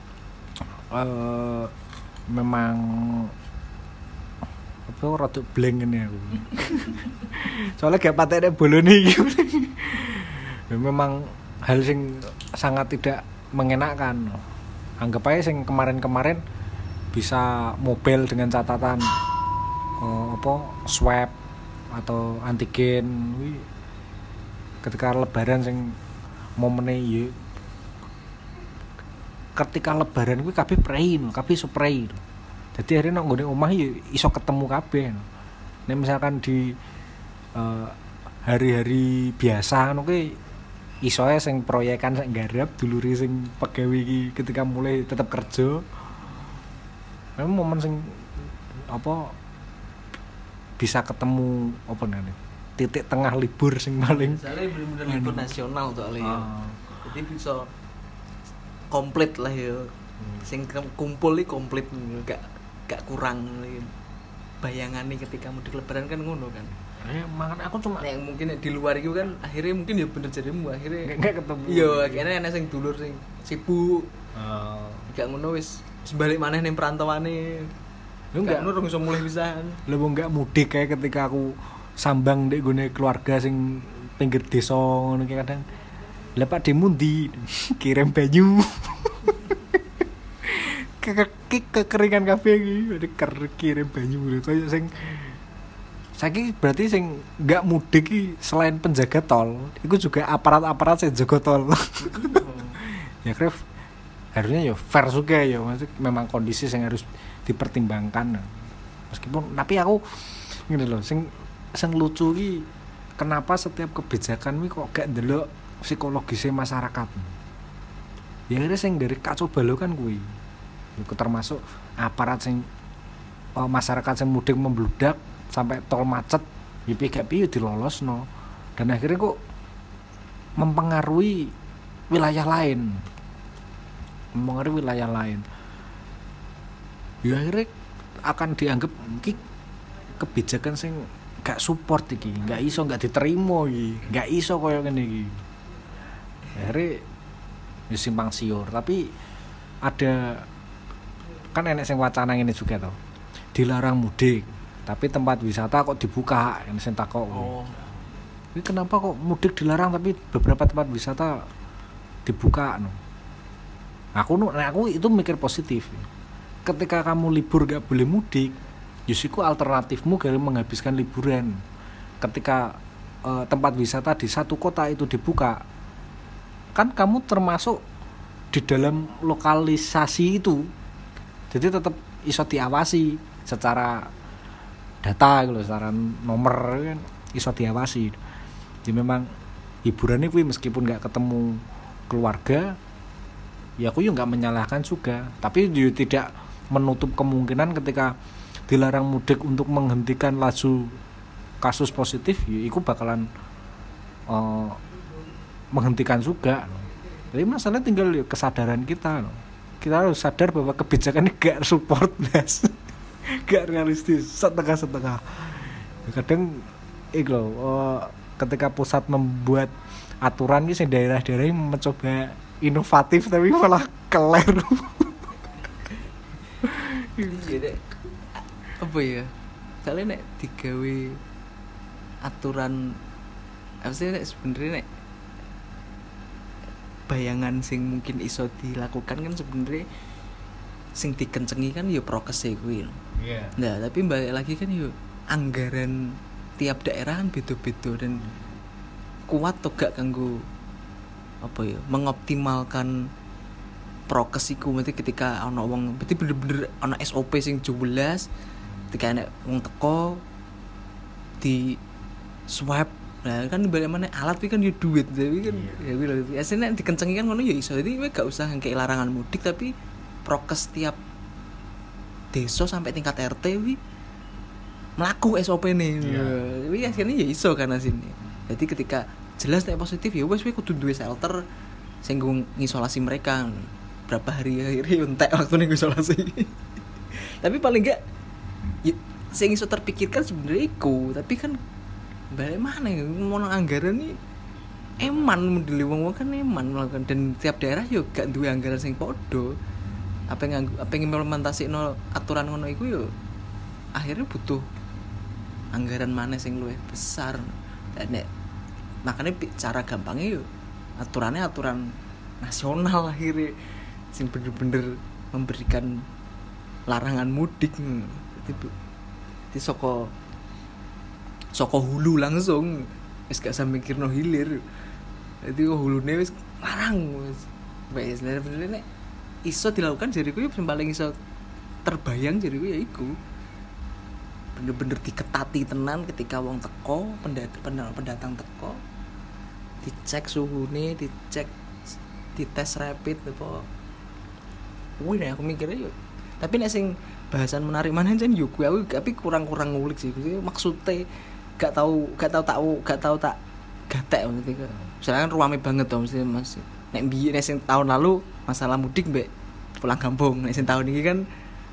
uh, memang apa rada blank ngene aku soalnya gak patene bolone iki memang hal sing sangat tidak mengenakan. Anggap aja sing kemarin-kemarin bisa mobil dengan catatan uh, apa swab atau antigen wi ketika lebaran sing momene ya ketika lebaran kuwi kabeh prei no kabeh spray no. Dadi hari nek nggone omah ya iso ketemu kabeh no. Nek misalkan di uh, hari-hari biasa ngono kuwi iso ae sing proyekan sing garap dulure sing pegawe iki ketika mulai tetap kerja. Memang momen sing apa bisa ketemu apa namanya titik tengah libur sing paling soalnya bener-bener libur nasional soalnya ya. Oh. Jadi bisa komplit lah ya. Hmm. Sing kumpul iki komplit gak gak kurang bayangane ketika mudik lebaran kan ngono kan. Eh mangan aku cuma yang mungkin di luar itu kan akhirnya mungkin ya bener jadimu akhirnya gak ketemu. Iya, akhirnya ana sing dulur sing sibuk. Oh. Gak ngono wis sebalik maneh ning perantauane. Lu enggak ngono iso mulih pisan. Lha wong enggak mudik kayak ketika aku sambang ndek gone keluarga sing pinggir desa ngono ki kadang. Lah Pak Demundi kirim banyu. Kekek kekeringan kabeh iki, kirim banyu koyo sing saiki berarti sing enggak mudik iki selain penjaga tol, iku juga aparat-aparat sing jaga tol. Ya Kref harusnya ya fair juga ya, maksud memang kondisi yang harus dipertimbangkan. Meskipun tapi aku ngene lho, sing sing lucu iki kenapa setiap kebijakan iki kok gak ndelok psikologisnya masyarakat. Ya akhirnya sing dari kacau balau kan kuwi. Iku termasuk aparat sing oh, masyarakat sing mudik membludak sampai tol macet, ya piye gak piye dilolosno. Dan akhirnya kok mempengaruhi wilayah lain. Mempengaruhi wilayah lain. Ya akhirnya akan dianggap iki kebijakan sing gak support iki, gak iso gak diterima iki, gak iso koyo ngene iki. Akhirnya ya simpang siur, tapi ada kan enek sing wacana ngene juga to. Dilarang mudik, tapi tempat wisata kok dibuka, yang sing takok. Oh. Ini kenapa kok mudik dilarang tapi beberapa tempat wisata dibuka no? Aku nah aku itu mikir positif. Ketika kamu libur gak boleh mudik, justiku alternatifmu dari menghabiskan liburan. Ketika uh, tempat wisata di satu kota itu dibuka, kan kamu termasuk di dalam lokalisasi itu. Jadi tetap iso diawasi secara data gitu, secara nomor kan iso diawasi. Jadi memang hiburannya kuwi meskipun gak ketemu keluarga, ya aku juga gak menyalahkan juga. Tapi juga tidak menutup kemungkinan ketika dilarang mudik untuk menghentikan laju kasus positif, ya itu bakalan uh, menghentikan juga. Jadi masalahnya tinggal kesadaran kita. Kita harus sadar bahwa kebijakan ini gak support, gak realistis, setengah-setengah. Kadang ik loh, uh, ketika pusat membuat aturan ini, daerah-daerah ini mencoba inovatif tapi malah keliru. Iya, apa ya? Kalian nek digawe aturan apa sih nek sebenarnya nek bayangan sing mungkin iso dilakukan kan sebenarnya sing dikencengi kan yo prokes e kuwi. Iya. Nah, tapi balik lagi kan yo anggaran tiap daerah kan beda-beda dan kuat to gak kanggo apa ya mengoptimalkan prokes iku. Berarti ketika ana wong berarti bener-bener ana S O P sing jelas, ketika ana wong teko di swab. Nah kan balik mana alat itu kan yo duit, tapi kan yeah. Ya wis asline nek dikencengi kan ngono ya iso. Jadi kowe gak usah ngekek larangan mudik tapi prokes tiap desa sampai tingkat R T wi mlaku S O P-ne. Yeah. Kuwi asline ya iso kan asine. Jadi ketika jelas nek positif ya wis kowe kudu duwe shelter sing ngisolasi mereka. Berapa hari akhirnya entek waktu ning isolasi. Tapi paling enggak ya, sing iso terpikirkan sebenarnya iku, tapi kan balik mana ya mau anggaran nih eman modeli wong kan eman melakukan dan tiap daerah yo gak duwe anggaran sing podo. Apa yang apa yang implementasikno aturan ngono iku yo akhirnya butuh anggaran mana sing luwih besar. Dan nek makanya cara gampangnya yo aturannya aturan nasional akhirnya sing bener-bener memberikan larangan mudik. Itu di soko soko hulu langsung wis gak sampe mikirno hilir. Dadi hulune wis larang wis. Wis bener-bener nek iso dilakukan jariku yo paling iso terbayang jariku ya iku. Bener-bener diketati tenan ketika wong teko, pendatang pendatang teko, dicek suhune, dicek dites rapid apa. Kuwi nek aku mikirnya yo. Tapi nek sing bahasan menarik mana jan yo kuwi aku tapi kurang-kurang ngulik sih. Maksudnya gak tahu gak tahu tahu gak tahu tak gatek maksudnya. Misalnya kan ruame banget to mesti Mas. Nek biyen nek sing tahun lalu masalah mudik mbek pulang kampung. Nek sing tahun ini kan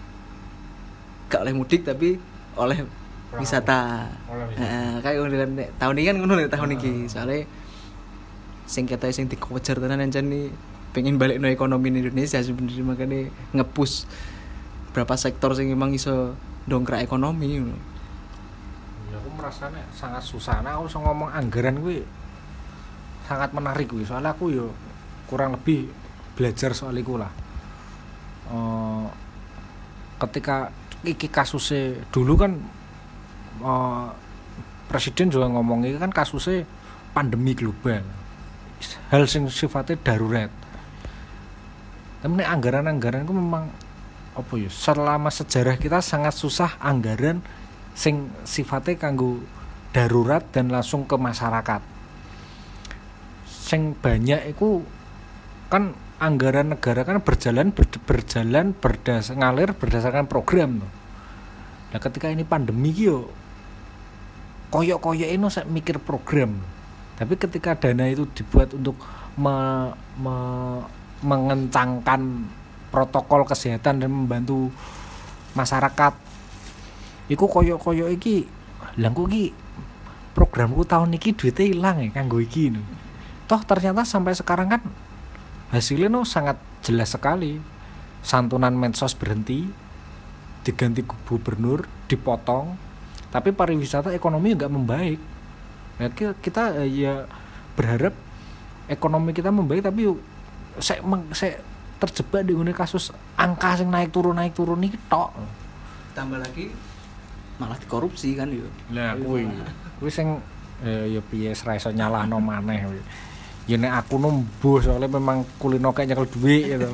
gak oleh mudik tapi oleh pulang wisata. Heeh, kayak ngono nek tahun ini kan ngono nek tahun iki. Soale sing ketoke sing dikejar tenan jan ni pengen balik no ekonomi Indonesia sebenarnya makanya nge-push berapa sektor sing memang iso dongkrak ekonomi. Ya aku merasanya sangat susah. Nah aku so ngomong anggaran gue sangat menarik gue. Soalnya aku yo kurang lebih belajar soal iku lah. Uh, ketika iki kasusnya dulu kan uh, presiden juga ngomong ini kan kasusnya pandemi global. Hal sing sifatnya darurat. Tapi anggaran-anggaran itu memang apa ya? Selama sejarah kita sangat susah anggaran sing sifatnya kanggo darurat dan langsung ke masyarakat. sing banyak iku kan anggaran negara kan berjalan ber, berjalan berdasar ngalir berdasarkan program tuh. Nah ketika ini pandemi iki yo koyok-koyok ini saya mikir program. Tapi ketika dana itu dibuat untuk me, me, mengencangkan protokol kesehatan dan membantu masyarakat, iku koyok-koyok iki lah kok iki programku tahun iki duitnya hilang ya kanggo iki no. Toh ternyata sampai sekarang kan hasilnya no sangat jelas sekali. Santunan medsos berhenti, diganti gubernur, dipotong, tapi pariwisata ekonomi nggak membaik. Nah, kita ya berharap ekonomi kita membaik, tapi saya saya terjebak di gini kasus angka yang naik turun naik turun nih tok. Tambah lagi malah dikorupsi kan yo. Lah kuwi kuwi sing eh, ya piye ra iso nyalahno maneh kuwi. Ya nek aku nembuh soalnya memang kulino kayak nyekel duit gitu.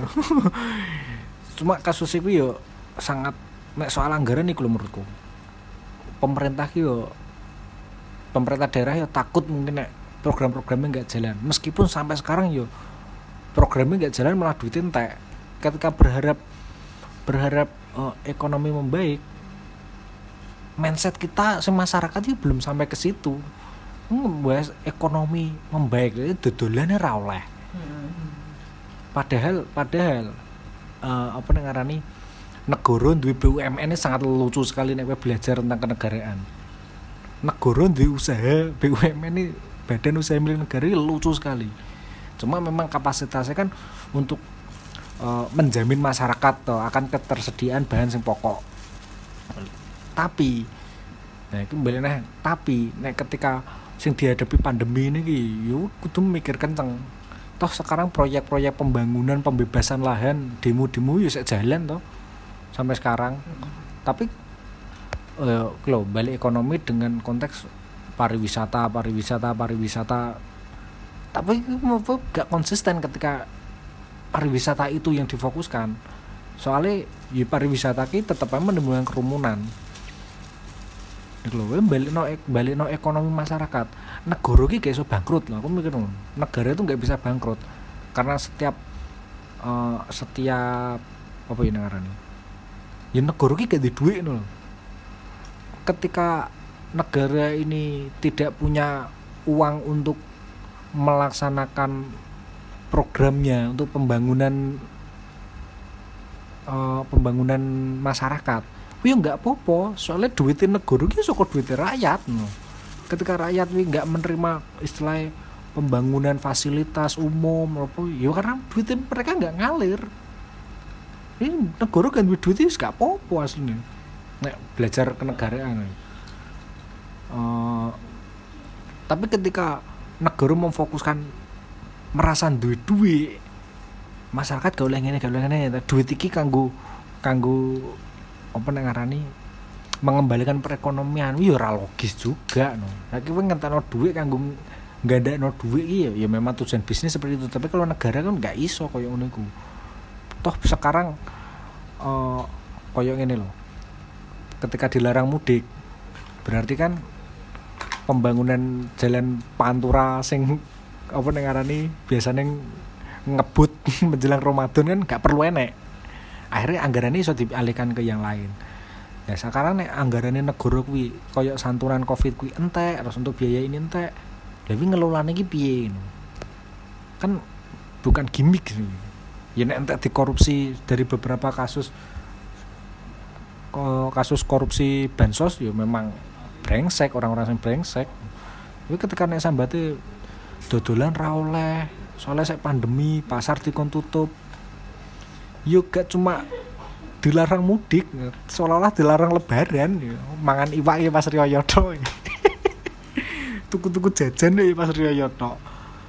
Cuma kasus iki yo sangat nek soal anggaran iki lho menurutku. Pemerintah ki yo pemerintah daerah yo takut mungkin nek program-programnya enggak jalan. Meskipun sampai sekarang yo programnya enggak jalan malah duitnya entek. Ketika berharap berharap uh, ekonomi membaik, mindset kita masyarakat itu belum sampai ke situ. Membahas ekonomi membaik itu dodolannya ra oleh. Padahal padahal uh, apa ngarani negara duwe B U M N ini sangat lucu sekali nek belajar tentang kenegaraan. Negara duwe usaha B U M N ini badan usaha milik negara ini lucu sekali. Cuma memang kapasitasnya kan untuk uh, menjamin masyarakat toh akan ketersediaan bahan sing pokok. Tapi nah itu kembali nah tapi nek ketika sing dihadapi pandemi ini ki yo kudu mikir kenceng. Toh sekarang proyek-proyek pembangunan pembebasan lahan demo-demo yo sik jalan toh sampai sekarang. Hmm. Tapi eh uh, balik ekonomi dengan konteks pariwisata pariwisata pariwisata tapi gak konsisten ketika pariwisata itu yang difokuskan. Soalnya ya pariwisata ki tetap menimbulkan kerumunan. Lho, balik no balik no ekonomi masyarakat. Negara ki gak iso bangkrut loh. Aku mikir loh, negara itu nggak bisa bangkrut karena setiap uh, setiap apa ini ngarani. Ya negara ki gak di duit loh. Ketika negara ini tidak punya uang untuk melaksanakan programnya untuk pembangunan uh, pembangunan masyarakat. Ya enggak apa-apa, soalnya duitnya negara ki saka duitnya rakyat no. Ketika rakyat wi enggak menerima istilah pembangunan fasilitas umum apa ya karena duitnya mereka enggak ngalir. Ini negara kan duit duitnya wis gak apa-apa asline. Nek belajar kenegaraan. Uh, tapi ketika negara memfokuskan merasan duit-duit, masyarakat gak oleh ngene gak oleh ngene, duit iki kanggo kanggo apa nek ngarani mengembalikan perekonomian ya ora logis juga no. Lah ki wong ngentekno dhuwit kanggo nggandakno dhuwit iki ya, ya memang tujuan bisnis seperti itu, tapi kalau negara kan enggak iso koyo ngono iku. Toh sekarang uh, koyo ngene lho. Ketika dilarang mudik berarti kan pembangunan jalan pantura sing apa nek ngarani biasane ngebut menjelang Ramadan kan gak perlu enek. Akhirnya anggarannya iso dialihkan ke yang lain. Ya sekarang nek anggarannya negara kuwi koyo santunan Covid kuwi entek, terus untuk biaya ini entek. Lha kuwi ngelolane iki piye ngono. Kan bukan gimmick gitu. Ya nek entek dikorupsi dari beberapa kasus kasus korupsi bansos ya memang brengsek, orang-orang yang brengsek. Tapi ketika nek sambate dodolan ra oleh, soalnya sek pandemi, pasar dikon tutup. Yo gak cuma dilarang mudik, seolah-olah dilarang lebaran, yo. Mangan iwak ya pas riyo tok. Tuku-tuku jajan ya pas riyo tok.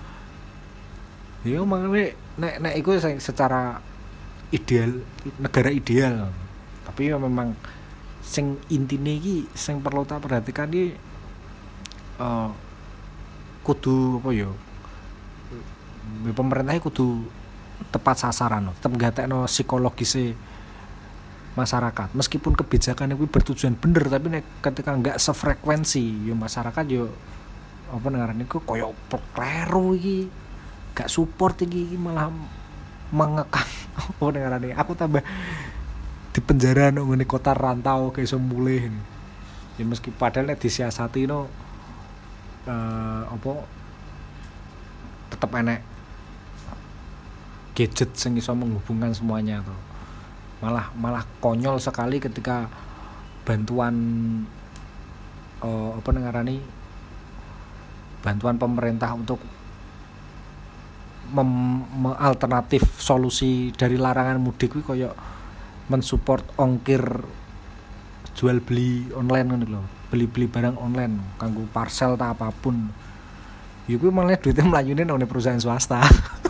Yo mangane nek nek iku secara ideal, negara ideal. Tapi ya memang sing intine iki sing perlu tak perhatikan iki uh, kudu apa yo? Pemerintah kudu tepat sasaran, tetap gatekno psikologis masyarakat. Meskipun kebijakan itu bertujuan bener, tapi nek ketika enggak sefrekuensi, yo masyarakat yo apa ngarane iku koyo kleru iki. gak support iki malah mengekang apa ngarane aku tambah di penjara nang ngene kota rantau kayak iso mulih ya meski padahal nek disiasati no uh, apa tetep enek gadget sing iso menghubungkan semuanya tuh malah malah konyol sekali ketika bantuan uh, apa ngarani bantuan pemerintah untuk mem- alternatif solusi dari larangan mudik kuwi koyo mensupport ongkir jual beli online ngono lho, beli-beli barang online kanggo parcel ta apapun. Ya kuwi malah duitnya mlayune nang perusahaan swasta.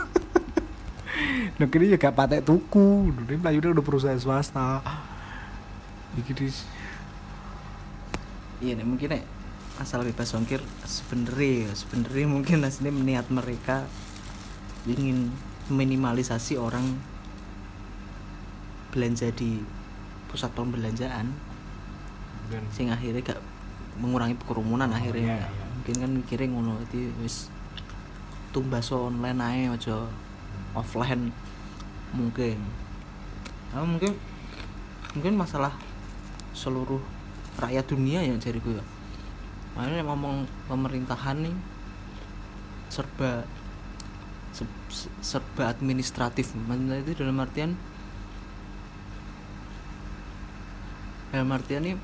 Nek iki ya gak patek tuku, duitnya mlayune nang perusahaan swasta. Iki dis. Iya nih mungkin nek masalah bebas ongkir sebenarnya sebenarnya mungkin aslinya niat mereka ingin minimalisasi orang belanja di pusat perbelanjaan dan sing akhirnya gak mengurangi kerumunan oh, akhirnya iya, iya. Mungkin kan mikirnya ngono itu wis tumbaso online ae aja hmm. offline mungkin nah, mungkin mungkin masalah seluruh rakyat dunia ya jariku ya. Makanya ngomong pemerintahan nih serba serba administratif. Maksudnya itu dalam artian dalam artian nih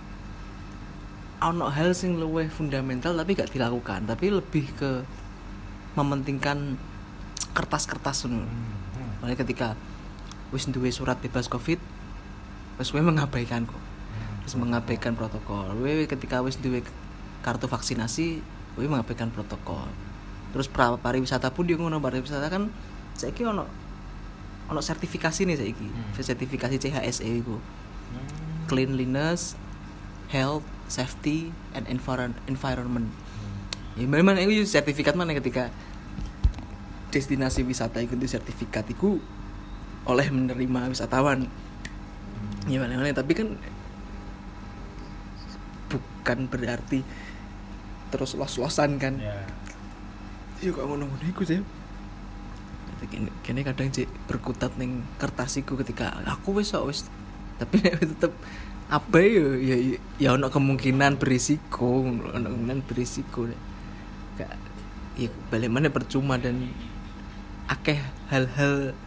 ono hal sing luwih fundamental tapi gak dilakukan, tapi lebih ke mementingkan kertas-kertas ngono. Hmm. Makanya ketika wis duwe surat bebas Covid, wis kowe mengabaikan kok. Terus mengabaikan protokol. Kowe ketika wis duwe kartu vaksinasi, kowe mengabaikan protokol. Terus pra pariwisata pun dia ngono, pariwisata kan saiki ono ono sertifikasi nih saiki. Hmm. Sertifikasi C H S E iku. Hmm. Cleanliness, health, safety and environment. Hmm. Ya memang itu sertifikat mana ketika destinasi wisata itu sertifikat itu oleh menerima wisatawan. Hmm. Ya mana tapi kan bukan berarti terus los-losan kan. Yeah. Ya kok ngono-ngono iku sih. Kene kadang cek berkutat ning kertasiku ketika aku wis wis tapi tetep apa ya ya ya ono kemungkinan berisiko, ono kemungkinan berisiko. Gak ya balik mana percuma dan akeh hal-hal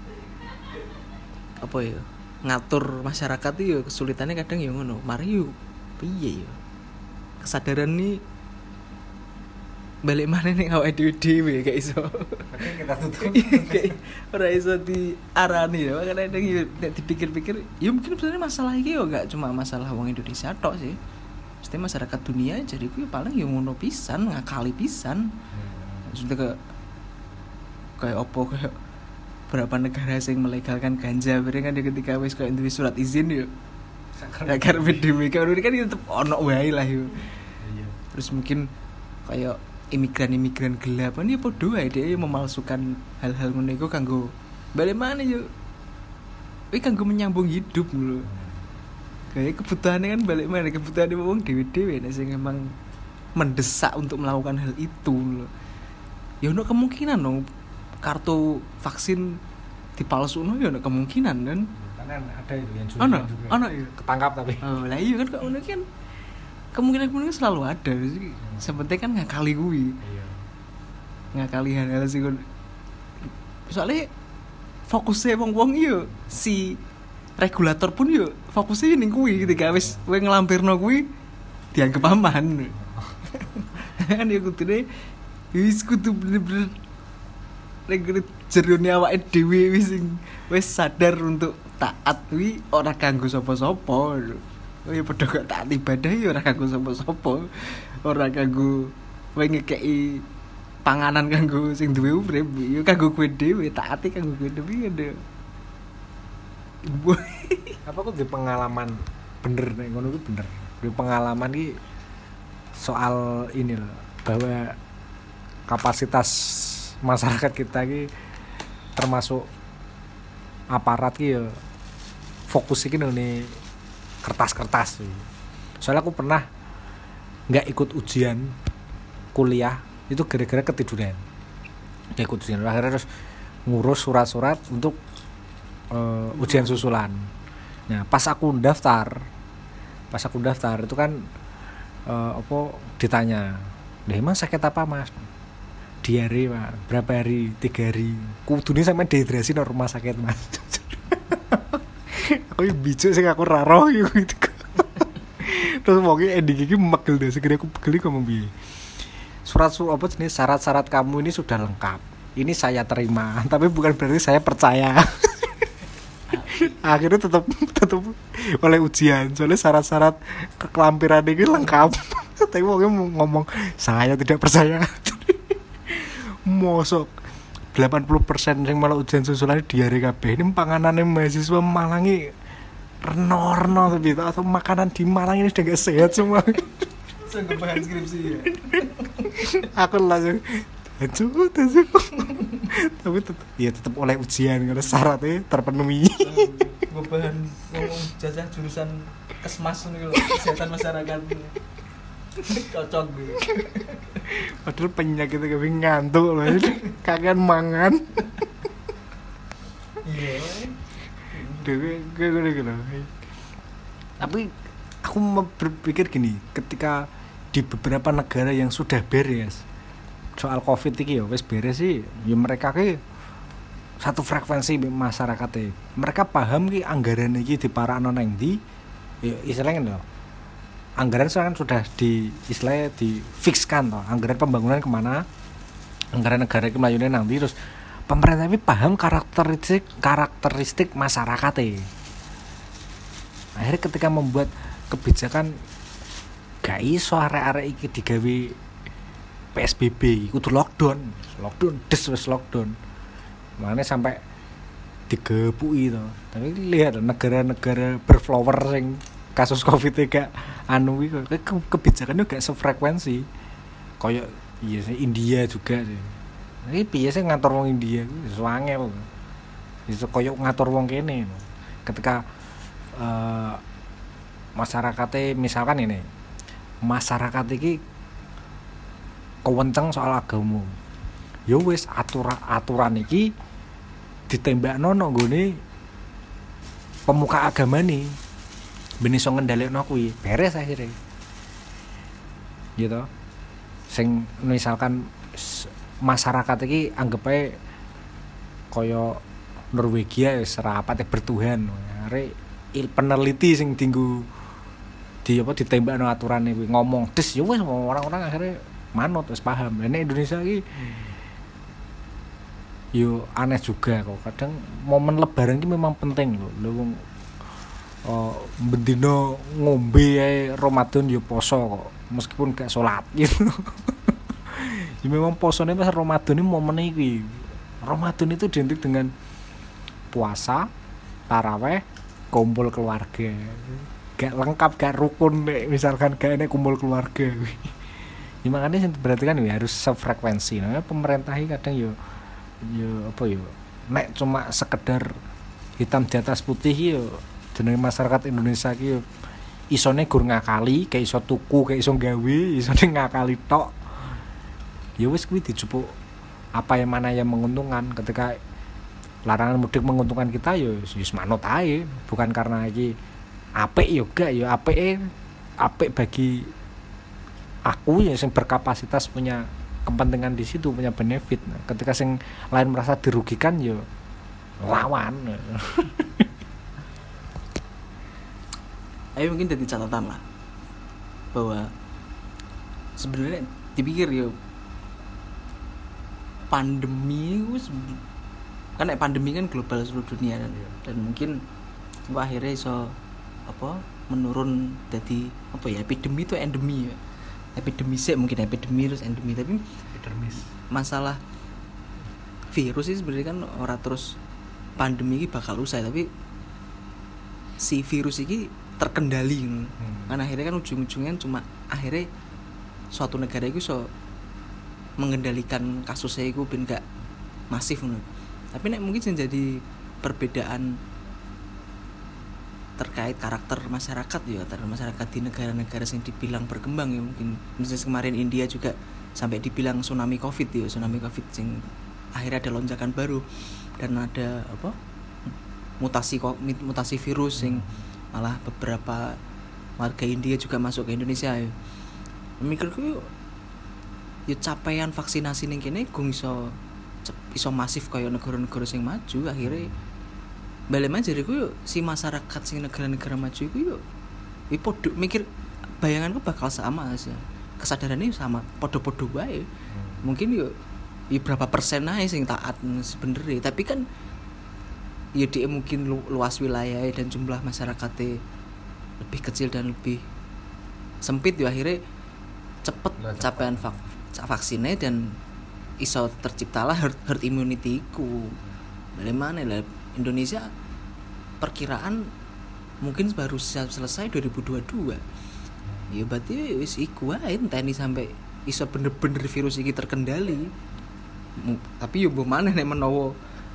apa ya ngatur masyarakat itu ya kesulitannya kadang ya ngono. Mari yo piye ya. Kesadaran nih balik mana nih awake dhewe gak iso. Oke kita tutup. Ora iso diarani ya. Makanya nek dipikir-pikir, ya mungkin sebenarnya masalah iki yo gak cuma masalah wong Indonesia tok sih. Mesti masyarakat dunia jadi ku paling yo ngono pisan, ngakali pisan. Maksudnya kayak kayak opo kayak berapa negara sing melegalkan ganja bareng kan ketika wis kayak duwe surat izin yo. Sakar dhewe kan kan tetep ono wae lah yo. Terus mungkin kayak imigran-imigran gelap ini padha wae dia memalsukan hal-hal ngono iku kanggo balik mana yo. Kuwi kanggo menyambung hidup lho. Kayak kebutuhannya kan balik mana kebutuhan wong dhewe-dhewe nek sing emang mendesak untuk melakukan hal itu lho. Ya ono kemungkinan dong kartu vaksin dipalsuno ya ono kemungkinan kan. Kan ada itu yang sudah ono ono ketangkap tapi. Oh, lah iya kan kok ono kan kemungkinan-kemungkinan selalu ada. Hmm. Sepenting kan ngakali kuwi. Iya. Ngakali hal-hal sih. Soalnya fokusnya wong-wong yo si regulator pun yo fokusnya ning kuwi ketika wis kowe nglampirno kuwi dianggap aman. Kan yo kudune wis kudu bener-bener nek jerone awake dhewe wis wis sadar untuk taat kuwi ora ganggu sapa-sapa. Oh ya padha gak taat ibadah ya ora kanggo sapa-sapa. Ora kanggo kowe ngekeki panganan kanggo sing duwe urip, ya kanggo kowe dhewe, taati kanggo kowe dhewe ya. Apa kok di pengalaman bener nek ngono kuwi bener. Di pengalaman iki soal ini loh, bahwa kapasitas masyarakat kita iki termasuk aparat ki ya fokus iki nih kertas-kertas. Soalnya aku pernah nggak ikut ujian kuliah itu gara-gara ketiduran. kayak kudu sendiri. Akhirnya terus ngurus surat-surat untuk uh, ujian susulan. Nah pas aku daftar pas aku daftar itu kan uh, apa ditanya, "Lah emang sakit apa Mas?" "Diare Pak." "Berapa hari?" "Tiga hari." "Kudune sampe dehidrasi nang rumah sakit Mas." Aku yo bicu sing aku ra roh yo gitu. Terus wong ending iki megel deh, segera aku pegel kok piye. Surat-surat apa jenis syarat-syarat kamu ini sudah lengkap. Ini saya terima, tapi bukan berarti saya percaya. Akhirnya tetap tetap oleh ujian, soalnya syarat-syarat kelampiran ini lengkap. Tapi wong ngomong saya tidak percaya. Mosok delapan puluh persen yang malah ujian susulan diare kabeh. Ini panganane mahasiswa Malang iki reno-reno tapi atau makanan di Malang ini sudah gak sehat semua. Sanggup bahan skripsi ya. Aku langsung aduh, aduh. Tapi tetap ya tetap oleh ujian karena syaratnya terpenuhi. Gue bahan ngomong jajah jurusan kesmas nih loh, kesehatan masyarakat. Cocok gitu. Padahal penyakit itu ngantuk loh, kaget mangan. Iya. Gitu. Tapi aku berpikir gini, ketika di beberapa negara yang sudah beres soal Covid iki ya wis beres sih, ya mereka ki satu frekuensi masyarakatnya. Mereka paham ki anggaran iki diparakno nang ndi. Ya istilahnya lho. Anggaran kan sudah di istilahnya difikskan toh, anggaran pembangunan kemana, anggaran negara iki mlayune nang ndi, terus pemerintah ini paham karakteristik karakteristik masyarakatnya. Akhirnya ketika membuat kebijakan gak iso arek-arek iki digawe P S B B, kudu lockdown, lockdown, des wis lockdown. Makanya sampai digebuki to. Tapi lihat negara-negara berflower sing kasus Covid gak anu iki ke, kebijakannya gak sefrekuensi. Kayak iya India juga sih. Iki piye sih ngatur wong India kuwi wis wangel. Iso koyo ngatur wong kene. Ketika uh, masyarakatnya misalkan ini, masyarakat iki kewenceng soal agama. Ya wis aturan-aturan iki ditembakno nang nggone pemuka agama nih. Ben iso ngendhalekno kuwi, beres akhirnya. Gitu. Sing misalkan masyarakat iki anggap ae kaya Norwegia wis rapate bertuhan. Arek peneliti sing dinggo di apa ditembakno aturane kuwi ngomong des ya wis orang-orang akhirnya manut wis paham. Lah nek Indonesia iki yo aneh juga kok. Kadang momen lebaran iki memang penting lho. Lho wong oh bendina ngombe ae Ramadan yo poso kok. Meskipun gak salat gitu. Ya memang posone pas Ramadan ini momen iki. Ramadan itu identik dengan puasa, taraweh, kumpul keluarga. Gak lengkap, gak rukun misalkan gak enek kumpul keluarga. Ya makanya berarti kan ya harus sefrekuensi. Nah, pemerintah ini kadang yo yo apa yo nek cuma sekedar hitam di atas putih yo jenenge masyarakat Indonesia iki yo isone gur ngakali, kayak iso tuku, kayak iso gawe, isone ngakali tok. Ya wis kuwi dijupuk apa yang mana yang menguntungkan. Ketika larangan mudik menguntungkan kita ya wis manut ae, bukan karena iki apik yo gak ya apike apik bagi aku ya sing berkapasitas punya kepentingan di situ, punya benefit. Nah, ketika sing lain merasa dirugikan ya lawan. Ayo mungkin jadi catatan lah bahwa sebenarnya dipikir ya pandemi itu kan pandemi kan global seluruh dunia kan, dan mungkin akhirnya iso apa menurun jadi apa ya epidemi itu endemi ya. Epidemi sih mungkin epidemi terus endemi, tapi epidermis. Masalah virus sih sebenarnya kan ora terus pandemi ini bakal usai, tapi si virus ini terkendali hmm. Kan akhirnya kan ujung-ujungnya cuma akhirnya suatu negara itu so mengendalikan kasusnya itu ben gak masif nih. Tapi nek mungkin sing jadi perbedaan terkait karakter masyarakat ya, karakter masyarakat di negara-negara yang dibilang berkembang ya, mungkin misalnya kemarin India juga sampai dibilang tsunami Covid ya, tsunami Covid sing akhirnya ada lonjakan baru dan ada apa mutasi kok mutasi virus yang malah beberapa warga India juga masuk ke Indonesia ya. Mikirku yo yo capaian vaksinasi ning kene gung iso iso masif kaya negara-negara sing maju akhirnya balik aja jariku yo si masyarakat sing negara-negara maju iku yo yo podo mikir bayanganku bakal sama aja kesadarannya sama podo-podo wae mungkin yo ya berapa persen aja sing taat sebenarnya tapi kan ya dia mungkin lu, luas wilayah dan jumlah masyarakatnya lebih kecil dan lebih sempit ya akhirnya cepet capaian vak, vaksinnya dan iso terciptalah herd, herd immunity ku dari mana lah Indonesia perkiraan mungkin baru selesai dua ribu dua puluh dua ya berarti wis iku wae enteni sampai iso bener-bener virus ini terkendali. Tapi yo mbok maneh nek menawa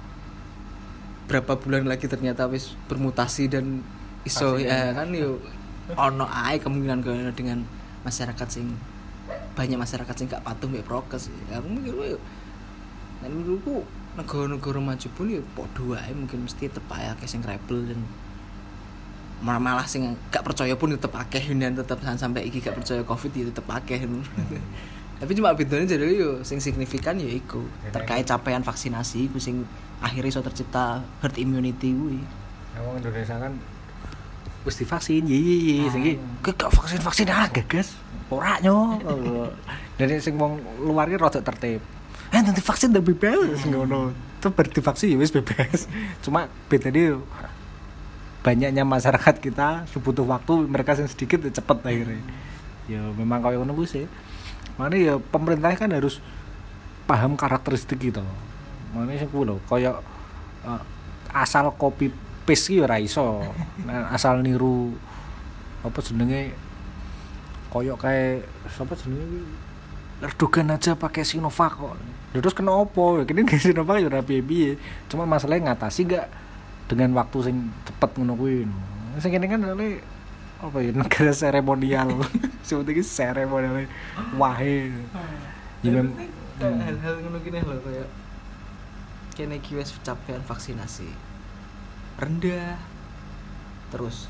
berapa bulan lagi ternyata wis bermutasi dan iso Pasti ya kan yo ono ae kemungkinan dengan masyarakat sing banyak masyarakat sing gak patuh mbek prokes. Ya aku mikir yo nek menurutku negara-negara maju pun yo padha wae mungkin mesti tetep ae sing rebel dan malah, malah sing gak percaya pun tetep akeh dan tetep sampai iki gak percaya covid ya tetep akeh. Hmm. Tapi cuma bedanya jadi yo sing signifikan ya iku terkait capaian vaksinasi iku sing akhirnya iso tercipta herd immunity kuwi. Emang Indonesia kan wis divaksin ye ye ye sing iki gak vaksin-vaksin ah gagas ora nyo. Dari sing wong luar iki rada tertib. Eh nanti vaksin udah bebas ngono. Tuh berdivaksin ya wis bebas. Cuma bedanya banyaknya masyarakat kita butuh waktu mereka yang sedikit cepet akhirnya ya memang kaya ngono sih makanya ya pemerintah kan harus paham karakteristik gitu makanya sih lho kaya uh, asal copy paste ki ora iso nah, asal niru apa jenenge kaya kayak sapa jenenge Erdogan aja pakai Sinovac kok terus kena opo kene Sinovac ya ora piye-piye cuma masalahnya ngatasi gak dengan waktu sing cepet ngono kuwi. Sing kene kan oleh apa ya negara seremonial. Sebetulnya seremonial wae. Ya memang hal-hal ngono kene lho kaya kene iki wis capaian vaksinasi rendah. Terus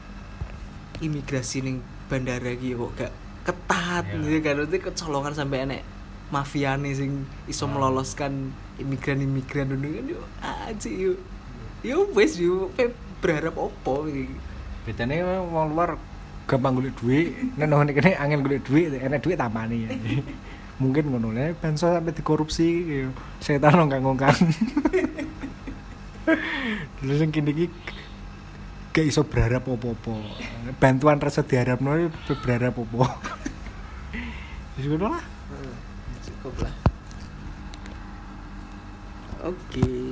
imigrasi ning bandara iki kok gak ketat ya kan itu kecolongan sampai enek mafiane sing iso meloloskan imigran-imigran ngono kan yo aja yo. Yo wis yo berharap opo iki. Bedane wong luar gampang golek duit, nek nang kene angel golek duit, enek duit tamani ya. Mungkin ngono le bansos sampe dikorupsi yo. Setan nang ngongkang. Terus sing kene iki gak iso berharap opo-opo. Bantuan rasa diharapno berharap opo. Wis ngono lah. Cukup lah. Oke. Okay.